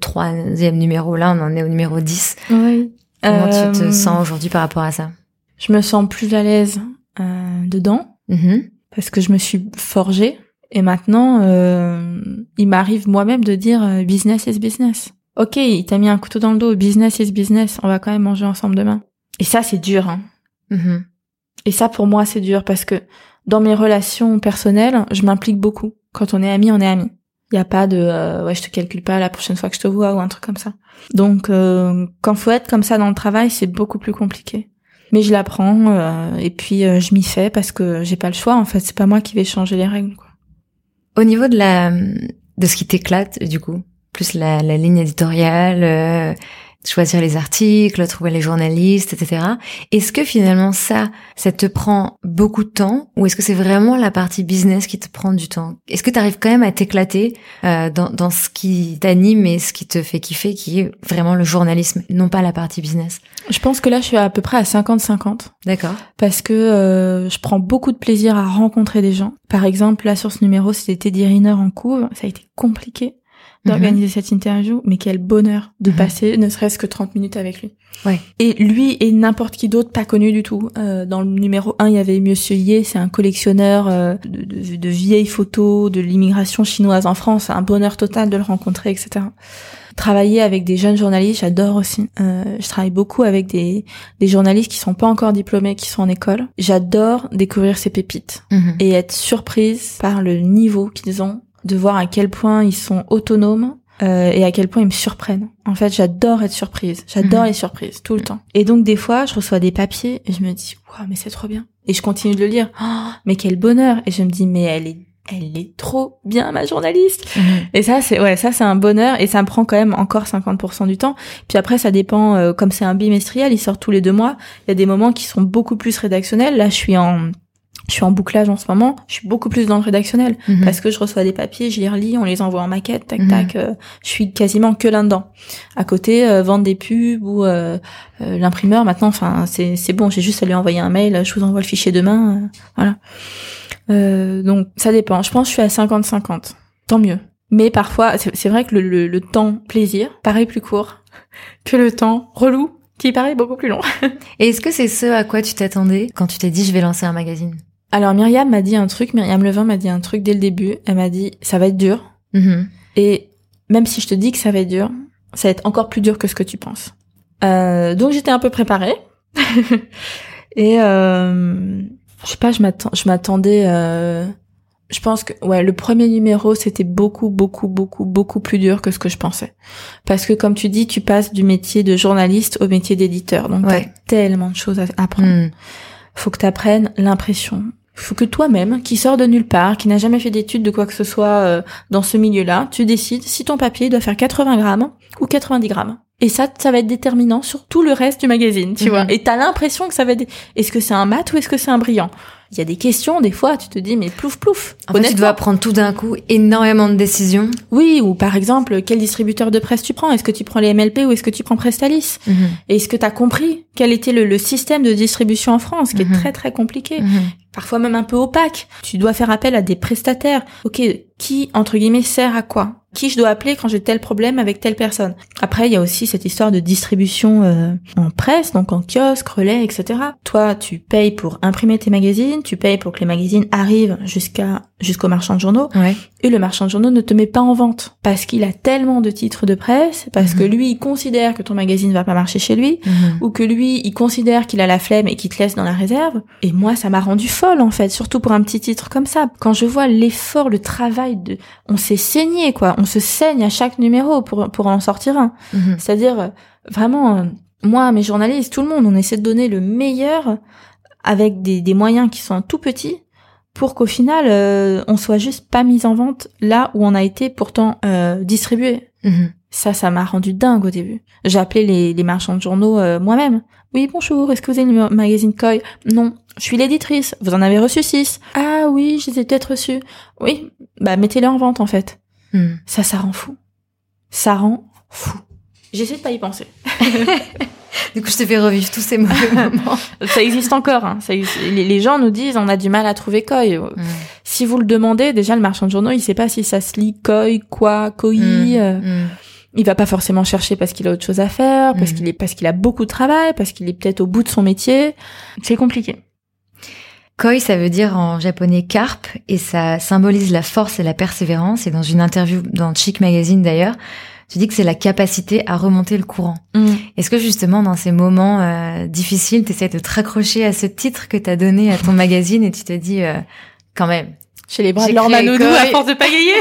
3e numéro là? On en est au numéro 10. Oui. Comment tu te sens aujourd'hui par rapport à ça? Je me sens plus à l'aise dedans, parce que je me suis forgée, et maintenant il m'arrive moi-même de dire business is business. Ok, il t'a mis un couteau dans le dos, business is business, on va quand même manger ensemble demain. Et ça c'est dur, hein. Et ça, pour moi, c'est dur parce que dans mes relations personnelles, je m'implique beaucoup. Quand on est amis, on est amis. Il y a pas de ouais, je te calcule pas la prochaine fois que je te vois ou un truc comme ça. Donc quand faut être comme ça dans le travail, c'est beaucoup plus compliqué. Mais je l'apprends et puis je m'y fais parce que j'ai pas le choix en fait, c'est pas moi qui vais changer les règles quoi. Au niveau de ce qui t'éclate du coup, plus la ligne éditoriale, choisir les articles, trouver les journalistes, etc. Est-ce que finalement ça te prend beaucoup de temps ou est-ce que c'est vraiment la partie business qui te prend du temps? Est-ce que tu arrives quand même à t'éclater dans ce qui t'anime et ce qui te fait kiffer, qui est vraiment le journalisme, non pas la partie business? Je pense que là, je suis à peu près à 50-50. D'accord. Parce que je prends beaucoup de plaisir à rencontrer des gens. Par exemple, là, sur ce numéro, c'était Teddy Riner en couve. Ça a été compliqué d'organiser cette interview, mais quel bonheur de passer ne serait-ce que 30 minutes avec lui. Ouais. Et lui et n'importe qui d'autre pas connu du tout. Dans le numéro 1, il y avait Monsieur Ye, c'est un collectionneur de vieilles photos de l'immigration chinoise en France. Un bonheur total de le rencontrer, etc. Travailler avec des jeunes journalistes, j'adore aussi. Je travaille beaucoup avec des journalistes qui sont pas encore diplômés, qui sont en école. J'adore découvrir ces pépites et être surprise par le niveau qu'ils ont, de voir à quel point ils sont autonomes et à quel point ils me surprennent. En fait, j'adore être surprise. J'adore les surprises, tout le temps. Et donc, des fois, je reçois des papiers et je me dis, waouh, mais c'est trop bien. Et je continue de le lire. Oh, mais quel bonheur. Et je me dis, mais elle est trop bien, ma journaliste. Et ça, c'est un bonheur et ça me prend quand même encore 50% du temps. Puis après, ça dépend, comme c'est un bimestriel, il sort tous les 2 mois. Il y a des moments qui sont beaucoup plus rédactionnels. Là, je suis en Je suis en bouclage en ce moment, je suis beaucoup plus dans le rédactionnel parce que je reçois des papiers, je les relis, on les envoie en maquette, tac tac, je suis quasiment que là-dedans. À côté, vendre des pubs ou l'imprimeur maintenant, enfin c'est bon, j'ai juste à lui envoyer un mail, je vous envoie le fichier demain, voilà. Donc ça dépend, je pense que je suis à 50-50, tant mieux. Mais parfois, c'est vrai que le temps plaisir paraît plus court que le temps relou qui paraît beaucoup plus long. Et est-ce que c'est ce à quoi tu t'attendais quand tu t'es dit je vais lancer un magazine? Alors Myriam Levin m'a dit un truc dès le début. Elle m'a dit ça va être dur. Et même si je te dis que ça va être dur, ça va être encore plus dur que ce que tu penses. Donc j'étais un peu préparée. Et je sais pas, je m'attendais. Je pense que le premier numéro c'était beaucoup plus dur que ce que je pensais. Parce que comme tu dis, tu passes du métier de journaliste au métier d'éditeur. Donc t'as tellement de choses à apprendre. Faut que t'apprennes l'impression. Faut que toi-même, qui sors de nulle part, qui n'a jamais fait d'études de quoi que ce soit dans ce milieu-là, tu décides si ton papier doit faire 80 grammes ou 90 grammes. Et ça va être déterminant sur tout le reste du magazine, tu vois. Et t'as l'impression que ça va être... Est-ce que c'est un mat ou est-ce que c'est un brillant? Il y a des questions, des fois, tu te dis, mais plouf. En fait, tu dois prendre tout d'un coup énormément de décisions. Oui, ou par exemple, quel distributeur de presse tu prends? Est-ce que tu prends les MLP ou est-ce que tu prends Prestalis? Et est-ce que tu as compris quel était le système de distribution en France, qui est très très compliqué, parfois même un peu opaque? Tu dois faire appel à des prestataires. Ok, qui, entre guillemets, sert à quoi? Qui je dois appeler quand j'ai tel problème avec telle personne? Après, il y a aussi cette histoire de distribution en presse, donc en kiosque, relais, etc. Toi, tu payes pour imprimer tes magazines, tu payes pour que les magazines arrivent jusqu'au marchand de journaux, et le marchand de journaux ne te met pas en vente parce qu'il a tellement de titres de presse, parce que lui, il considère que ton magazine va pas marcher chez lui, ou que lui, il considère qu'il a la flemme et qu'il te laisse dans la réserve. Et moi, ça m'a rendu folle, en fait, surtout pour un petit titre comme ça. Quand je vois l'effort, le travail on s'est saigné, quoi. On se saigne à chaque numéro pour en sortir un. C'est-à-dire, vraiment, moi, mes journalistes, tout le monde, on essaie de donner le meilleur avec des moyens qui sont tout petits pour qu'au final, on soit juste pas mis en vente là où on a été pourtant distribué. Ça m'a rendu dingue au début. J'ai appelé les marchands de journaux moi-même. Oui, bonjour, est-ce que vous avez le magazine Koi? Non, je suis l'éditrice. Vous en avez reçu 6. Ah oui, je les ai peut-être reçus. Oui, bah mettez-les en vente en fait. Ça rend fou. Ça rend fou. J'essaie de pas y penser. Du coup, je te fais revivre tous ces mauvais moments. Ça existe encore. Hein. Les gens nous disent, on a du mal à trouver Koi. Si vous le demandez, déjà le marchand de journaux, il sait pas si ça se lit Koi, quoi, Koi. Il va pas forcément chercher parce qu'il a autre chose à faire, parce qu'il a beaucoup de travail, parce qu'il est peut-être au bout de son métier. C'est compliqué. Koi, ça veut dire en japonais carpe, et ça symbolise la force et la persévérance. Et dans une interview dans Chic Magazine d'ailleurs, tu dis que c'est la capacité à remonter le courant. Est-ce que justement dans ces moments difficiles, tu essaies de te raccrocher à ce titre que t'as donné à ton magazine et tu te dis quand même, j'ai les bras de Laure Manodou à force de pagayer.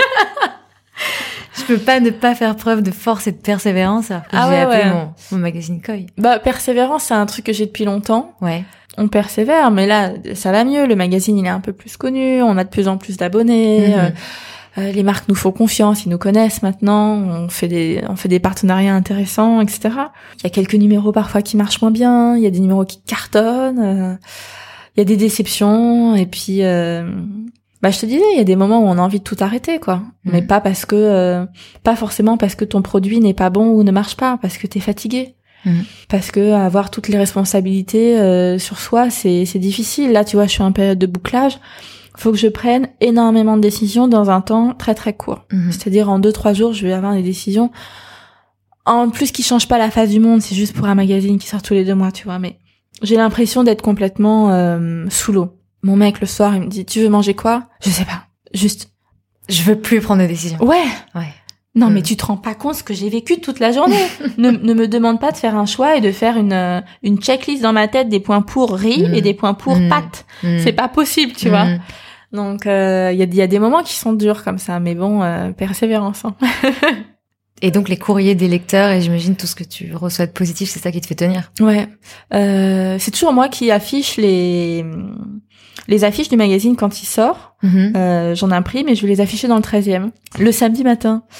Je peux pas ne pas faire preuve de force et de persévérance alors que j'ai appelé mon magazine Koi. Bah, persévérance, c'est un truc que j'ai depuis longtemps. Ouais. On persévère, mais là, ça va mieux. Le magazine, il est un peu plus connu. On a de plus en plus d'abonnés. Les marques nous font confiance. Ils nous connaissent maintenant. On fait des partenariats intéressants, etc. Il y a quelques numéros parfois qui marchent moins bien. Il y a des numéros qui cartonnent. Il y a des déceptions. Et puis, je te disais, il y a des moments où on a envie de tout arrêter, quoi. Mais pas forcément parce que ton produit n'est pas bon ou ne marche pas, parce que t'es fatigué. Parce que avoir toutes les responsabilités sur soi, c'est difficile. Là, tu vois, je suis en période de bouclage. Faut que je prenne énormément de décisions dans un temps très très court. C'est-à-dire en 2-3 jours, je vais avoir des décisions en plus qui changent pas la face du monde. C'est juste pour un magazine qui sort tous les 2 mois, tu vois. Mais j'ai l'impression d'être complètement sous l'eau. Mon mec, le soir, il me dit, tu veux manger quoi? Je sais pas. Juste, je veux plus prendre de décision. Ouais. Non, mais tu te rends pas compte ce que j'ai vécu toute la journée. ne me demande pas de faire un choix et de faire une checklist dans ma tête des points pour riz et des points pour pâtes. C'est pas possible, tu vois. Donc, il y a des moments qui sont durs comme ça, mais bon, persévérance. Hein. Et donc les courriers des lecteurs et j'imagine tout ce que tu reçois de positif, c'est ça qui te fait tenir. Ouais. C'est toujours moi qui affiche les affiches du magazine quand il sort. J'en imprime et je vais les afficher dans le 13e. Le samedi matin.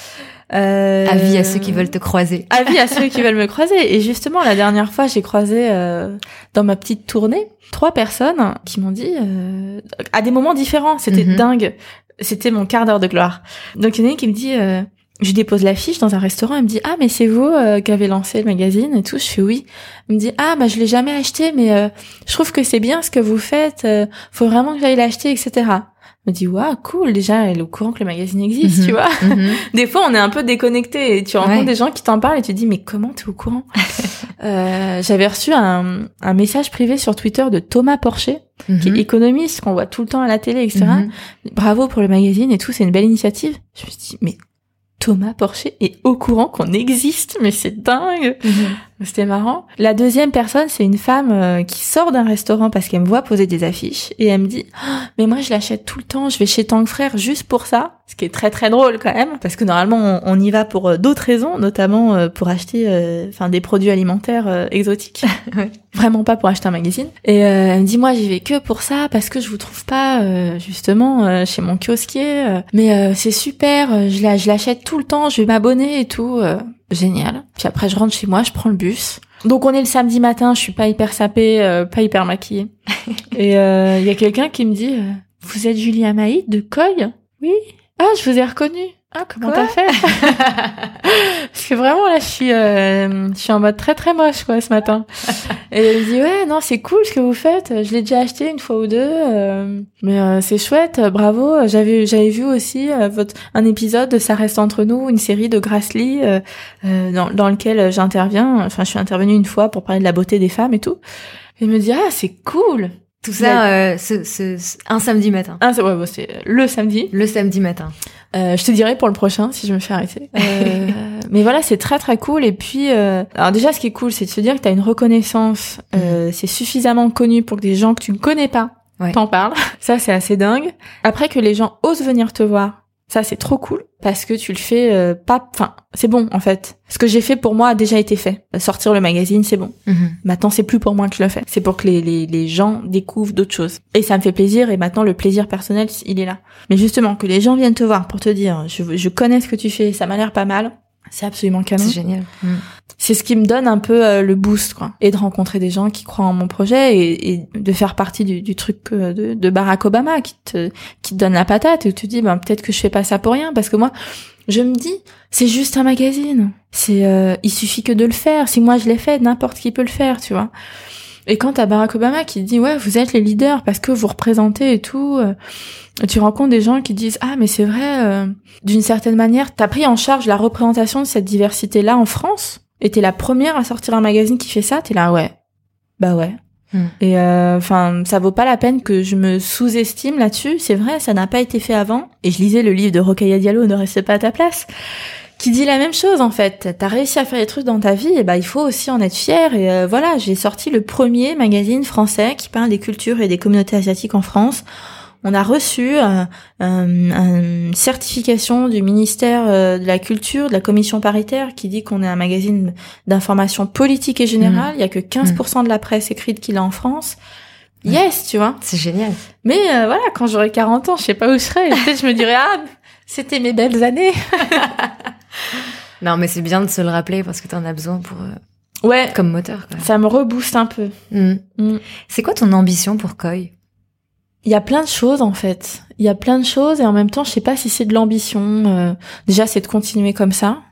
Avis à ceux qui veulent te croiser. Avis à ceux qui veulent me croiser. Et justement, la dernière fois, j'ai croisé dans ma petite tournée 3 personnes qui m'ont dit à des moments différents. C'était dingue. C'était mon quart d'heure de gloire. Donc il y en a une qui me dit, je dépose l'affiche dans un restaurant, elle me dit, ah mais c'est vous qui avez lancé le magazine et tout. Je fais oui. Elle me dit, ah bah je l'ai jamais acheté, mais je trouve que c'est bien ce que vous faites. Faut vraiment que j'aille l'acheter, etc. Me dit waouh cool, déjà elle est au courant que le magazine existe, tu vois. Des fois on est un peu déconnecté et tu rencontres des gens qui t'en parlent et tu te dis mais comment t'es au courant. J'avais reçu un message privé sur Twitter de Thomas Porcher, qui est économiste, qu'on voit tout le temps à la télé, etc. Bravo pour le magazine et tout, c'est une belle initiative. Je me suis dit mais Thomas Porcher est au courant qu'on existe, mais c'est dingue. C'était marrant. La deuxième personne, c'est une femme qui sort d'un restaurant parce qu'elle me voit poser des affiches et elle me dit mais moi je l'achète tout le temps, je vais chez Tang Frères juste pour ça, ce qui est très très drôle quand même parce que normalement on y va pour d'autres raisons, notamment pour acheter des produits alimentaires exotiques. Vraiment pas pour acheter un magazine. Et elle me dit moi j'y vais que pour ça parce que je vous trouve pas justement chez mon kiosquier, mais c'est super, je l'achète tout le temps, je vais m'abonner et tout. Génial. Puis après, je rentre chez moi, je prends le bus. Donc, on est le samedi matin, je suis pas hyper sapée, pas hyper maquillée. Et il y a quelqu'un qui me dit « Vous êtes Julie Amaïd de Coy ?» Oui. « Ah, je vous ai reconnue. » Ah, comment t'as fait? Parce que vraiment, là, je suis en mode très très moche, quoi, ce matin. Et elle me dit, ouais, non, c'est cool ce que vous faites. Je l'ai déjà acheté une fois ou deux. Mais c'est chouette, bravo. J'avais vu aussi un épisode de Ça reste entre nous, une série de Grassley, dans lequel j'interviens. Enfin, je suis intervenue une fois pour parler de la beauté des femmes et tout. Et elle me dit, ah, c'est cool. Tout ça, un samedi matin. C'est le samedi. Le samedi matin. Je te dirai pour le prochain si je me fais arrêter. Mais voilà, c'est très très cool. Et puis, alors déjà, ce qui est cool, c'est de se dire que t'as une reconnaissance. C'est suffisamment connu pour que des gens que tu ne connais pas t'en parlent. Ça, c'est assez dingue. Après, que les gens osent venir te voir. Ça, c'est trop cool parce que tu le fais c'est bon en fait. Ce que j'ai fait pour moi a déjà été fait. Sortir le magazine, c'est bon. Maintenant, c'est plus pour moi que je le fais. C'est pour que les gens découvrent d'autres choses. Et ça me fait plaisir et maintenant, le plaisir personnel, il est là. Mais justement, que les gens viennent te voir pour te dire, je connais ce que tu fais, ça m'a l'air pas mal. C'est absolument canon. C'est génial. C'est ce qui me donne un peu le boost, quoi. Et de rencontrer des gens qui croient en mon projet et de faire partie du truc de Barack Obama qui te donne la patate et où tu te dis, peut-être que je fais pas ça pour rien parce que moi, je me dis, c'est juste un magazine. Il suffit que de le faire. Si moi je l'ai fait, n'importe qui peut le faire, tu vois. Et quand t'as Barack Obama qui dit, ouais, vous êtes les leaders parce que vous représentez et tout, tu rencontres des gens qui disent, ah, mais c'est vrai, d'une certaine manière, t'as pris en charge la représentation de cette diversité-là en France. Et t'es la première à sortir un magazine qui fait ça, t'es là, ouais. Bah ouais. Et ça vaut pas la peine que je me sous-estime là-dessus. C'est vrai, ça n'a pas été fait avant. Et je lisais le livre de Rokhaya Diallo, Ne reste pas à ta place, qui dit la même chose en fait. T'as réussi à faire des trucs dans ta vie, et il faut aussi en être fier. Et voilà, j'ai sorti le premier magazine français qui parle des cultures et des communautés asiatiques en France. On a reçu une certification du ministère de la Culture, de la commission paritaire, qui dit qu'on est un magazine d'information politique et générale. Il y a que 15% de la presse écrite qu'il a en France. Yes, tu vois. C'est génial. Mais voilà, quand j'aurai 40 ans, je sais pas où je serai. Peut-être je me dirai, ah, c'était mes belles années. Non, mais c'est bien de se le rappeler parce que t'en as besoin pour... comme moteur, quoi. Ça me rebooste un peu. C'est quoi ton ambition pour Coy? Il y a plein de choses en fait. Il y a plein de choses et en même temps, je sais pas si c'est de l'ambition. Déjà, c'est de continuer comme ça,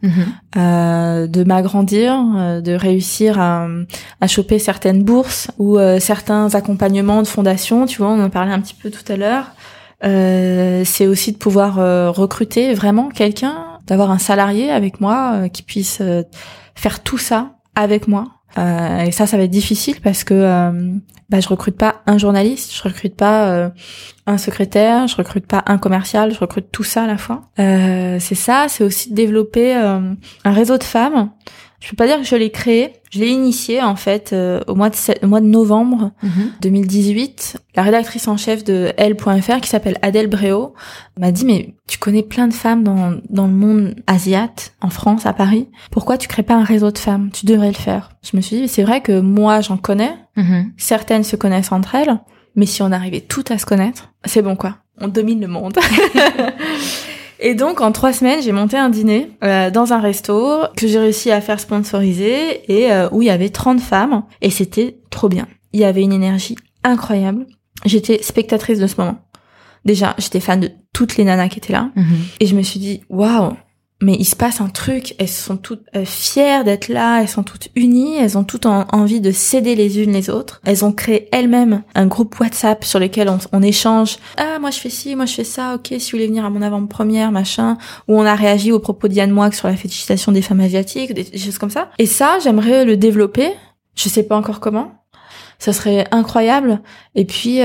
de m'agrandir, de réussir à choper certaines bourses ou certains accompagnements de fondations. Tu vois, on en parlait un petit peu tout à l'heure. C'est aussi de pouvoir recruter vraiment quelqu'un, d'avoir un salarié avec moi qui puisse faire tout ça avec moi. Et ça va être difficile parce que je recrute pas un journaliste, je recrute pas un secrétaire, je recrute pas un commercial, je recrute tout ça à la fois. C'est ça, c'est aussi de développer un réseau de femmes. Je peux pas dire que je l'ai créé, je l'ai initié en fait au mois de novembre 2018. La rédactrice en chef de Elle.fr qui s'appelle Adèle Bréau m'a dit mais tu connais plein de femmes dans le monde asiate, en France, à Paris. Pourquoi tu crées pas un réseau de femmes? Tu devrais le faire. Je me suis dit c'est vrai que moi j'en connais, certaines se connaissent entre elles, mais si on arrivait toutes à se connaître, c'est bon quoi. On domine le monde. Et donc, en 3 semaines, j'ai monté un dîner dans un resto que j'ai réussi à faire sponsoriser et où il y avait 30 femmes. Et c'était trop bien. Il y avait une énergie incroyable. J'étais spectatrice de ce moment. Déjà, j'étais fan de toutes les nanas qui étaient là. Et je me suis dit, waouh, mais il se passe un truc. Elles sont toutes fières d'être là. Elles sont toutes unies. Elles ont toutes envie de s'aider les unes les autres. Elles ont créé elles-mêmes un groupe WhatsApp sur lequel on échange. Ah, moi je fais ci, moi je fais ça. Ok, si vous voulez venir à mon avant-première, machin. Où on a réagi aux propos d'Yann Moix sur la fétichisation des femmes asiatiques, des choses comme ça. Et ça, j'aimerais le développer. Je sais pas encore comment. Ça serait incroyable. Et puis,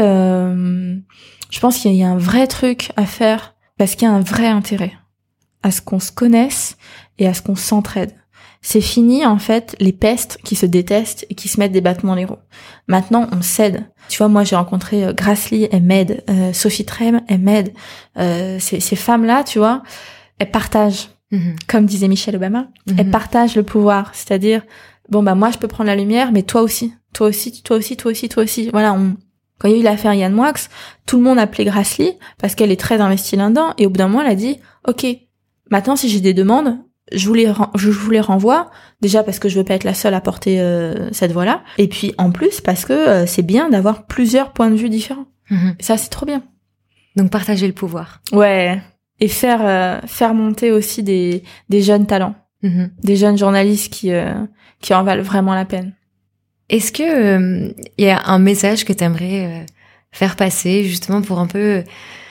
je pense qu'il y a un vrai truc à faire parce qu'il y a un vrai intérêt à ce qu'on se connaisse et à ce qu'on s'entraide. C'est fini, en fait, les pestes qui se détestent et qui se mettent des battements les roues. Maintenant, on s'aide. Tu vois, moi, j'ai rencontré Grassley, elle m'aide. Sophie Trem, elle m'aide. Ces femmes-là, tu vois, elles partagent. Comme disait Michelle Obama, elles partagent le pouvoir. C'est-à-dire, bon, bah, moi, je peux prendre la lumière, mais toi aussi. Toi aussi, toi aussi, toi aussi, toi aussi. Voilà, quand il y a eu l'affaire Yann Moix, tout le monde appelait Grassley parce qu'elle est très investie là-dedans. Et au bout d'un moment, elle a dit, OK, maintenant, si j'ai des demandes, je vous les renvoie. Déjà parce que je veux pas être la seule à porter cette voix-là. Et puis, en plus, parce que c'est bien d'avoir plusieurs points de vue différents. Et ça, c'est trop bien. Donc, partager le pouvoir. Ouais. Et faire monter aussi des jeunes talents. Des jeunes journalistes qui en valent vraiment la peine. Est-ce que y a un message que t'aimerais faire passer justement pour un peu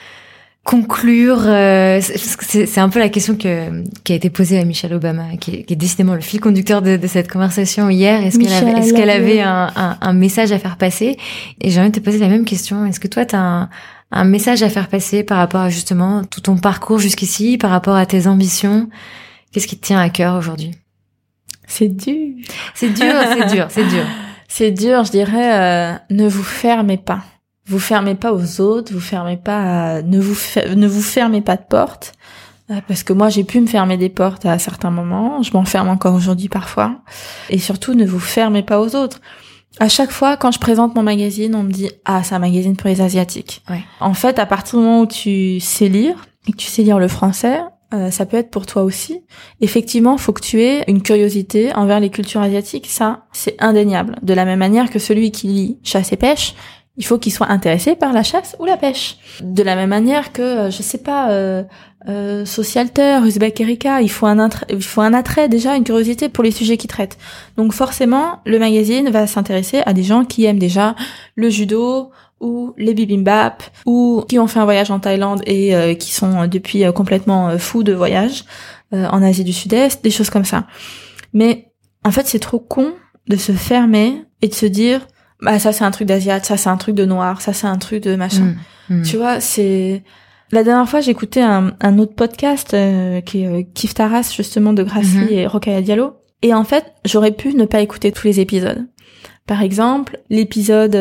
conclure c'est un peu la question qui a été posée à Michelle Obama, qui est décidément le fil conducteur de cette conversation hier. Est-ce qu'elle avait un message à faire passer? Et j'ai envie de te poser la même question. Est-ce que toi t'as un message à faire passer par rapport à justement tout ton parcours jusqu'ici, par rapport à tes ambitions? Qu'est-ce qui te tient à cœur aujourd'hui? C'est dur. C'est dur. C'est dur, je dirais, ne vous fermez pas. Vous fermez pas aux autres, vous fermez pas, ne vous fermez pas de porte. Parce que moi, j'ai pu me fermer des portes à certains moments. Je m'enferme encore aujourd'hui parfois. Et surtout, ne vous fermez pas aux autres. À chaque fois, quand je présente mon magazine, on me dit, ah, c'est un magazine pour les Asiatiques. Ouais. En fait, à partir du moment où tu sais lire, et que tu sais lire le français, ça peut être pour toi aussi. Effectivement, faut que tu aies une curiosité envers les cultures asiatiques. Ça, c'est indéniable. De la même manière que celui qui lit chasse et pêche, il faut qu'il soit intéressé par la chasse ou la pêche. De la même manière que, je sais pas, Socialter, Uzbek Erika, il faut un attrait déjà, une curiosité pour les sujets qu'il traite. Donc forcément, le magazine va s'intéresser à des gens qui aiment déjà le judo, ou les bibimbap, ou qui ont fait un voyage en Thaïlande et qui sont depuis complètement fous de voyage en Asie du Sud-Est, des choses comme ça. Mais en fait, c'est trop con de se fermer et de se dire bah ça c'est un truc d'asiate, ça c'est un truc de noir, ça c'est un truc de machin. Tu vois, c'est la dernière fois j'écoutais un autre podcast qui est Kif Taras justement de Grassley et Rokhaya Diallo, et en fait, j'aurais pu ne pas écouter tous les épisodes. Par exemple, l'épisode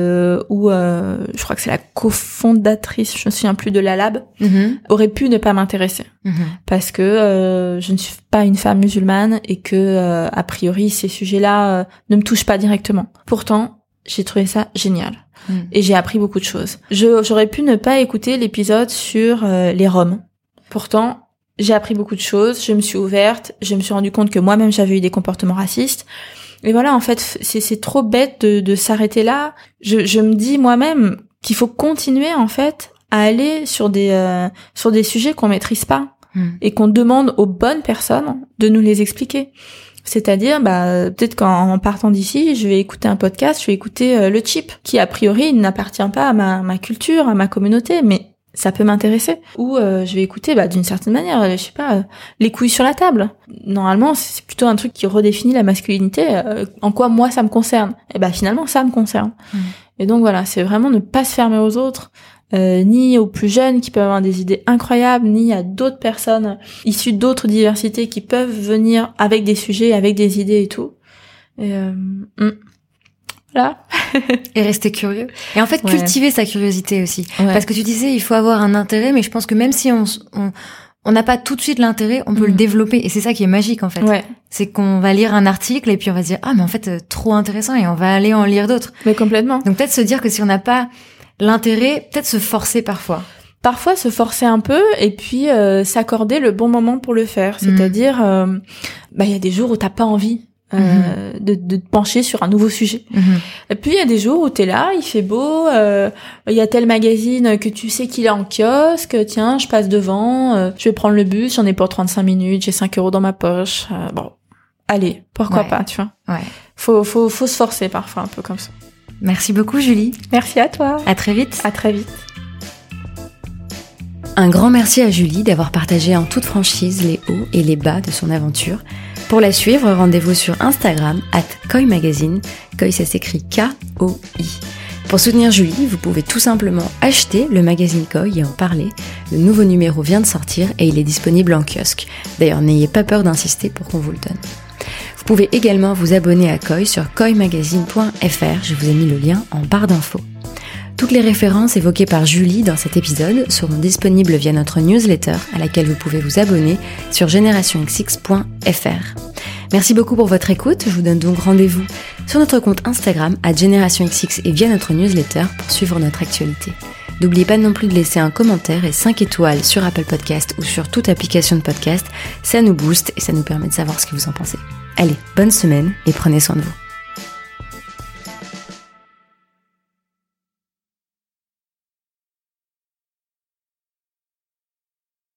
où je crois que c'est la cofondatrice, je me souviens plus, de la Lab, aurait pu ne pas m'intéresser parce que je ne suis pas une femme musulmane et que a priori ces sujets-là ne me touchent pas directement. Pourtant, j'ai trouvé ça génial et j'ai appris beaucoup de choses. J'aurais pu ne pas écouter l'épisode sur les Roms. Pourtant, j'ai appris beaucoup de choses, je me suis ouverte, je me suis rendu compte que moi-même j'avais eu des comportements racistes. Et voilà, en fait, c'est trop bête de s'arrêter là. Je me dis moi-même qu'il faut continuer, en fait, à aller sur des sujets qu'on maîtrise pas et qu'on demande aux bonnes personnes de nous les expliquer. C'est-à-dire, bah, peut-être qu'en partant d'ici, je vais écouter un podcast, je vais écouter le Chip, qui a priori n'appartient pas à ma culture, à ma communauté, mais ça peut m'intéresser. Ou je vais écouter, bah, d'une certaine manière, je sais pas, les couilles sur la table. Normalement, c'est plutôt un truc qui redéfinit la masculinité, en quoi moi ça me concerne. Et bah finalement, ça me concerne. Et donc voilà, c'est vraiment ne pas se fermer aux autres, ni aux plus jeunes qui peuvent avoir des idées incroyables, ni à d'autres personnes issues d'autres diversités qui peuvent venir avec des sujets, avec des idées et tout. Et voilà. Et rester curieux. Et en fait, cultiver sa curiosité aussi. Ouais. Parce que tu disais, il faut avoir un intérêt, mais je pense que même si on n'a pas tout de suite l'intérêt, on peut le développer. Et c'est ça qui est magique, en fait. Ouais. C'est qu'on va lire un article et puis on va se dire, ah, mais en fait, trop intéressant, et on va aller en lire d'autres. Mais complètement. Donc peut-être se dire que si on n'a pas l'intérêt, peut-être se forcer parfois. parfois se forcer un peu et puis s'accorder le bon moment pour le faire. C'est-à-dire, il y a des jours où t'as pas envie de te pencher sur un nouveau sujet. Et puis il y a des jours où t'es là, il fait beau, il y a tel magazine que tu sais qu'il est en kiosque, tiens, je passe devant, je vais prendre le bus, j'en ai pour 35 minutes, j'ai 5 € dans ma poche. Allez, pourquoi pas, tu vois. Ouais. Faut se forcer parfois un peu comme ça. Merci beaucoup Julie. Merci à toi. À très vite. À très vite. Un grand merci à Julie d'avoir partagé en toute franchise les hauts et les bas de son aventure. Pour la suivre, rendez-vous sur Instagram @koimagazine. Koi, ça s'écrit K-O-I. Pour soutenir Julie, vous pouvez tout simplement acheter le magazine Koi et en parler. Le nouveau numéro vient de sortir et il est disponible en kiosque. D'ailleurs, n'ayez pas peur d'insister pour qu'on vous le donne. Vous pouvez également vous abonner à Koi sur koimagazine.fr. Je vous ai mis le lien en barre d'infos. Toutes les références évoquées par Julie dans cet épisode seront disponibles via notre newsletter à laquelle vous pouvez vous abonner sur generationxx.fr. Merci beaucoup pour votre écoute. Je vous donne donc rendez-vous sur notre compte Instagram @generationxx et via notre newsletter pour suivre notre actualité. N'oubliez pas non plus de laisser un commentaire et 5 étoiles sur Apple Podcast ou sur toute application de podcast. Ça nous booste et ça nous permet de savoir ce que vous en pensez. Allez, bonne semaine et prenez soin de vous.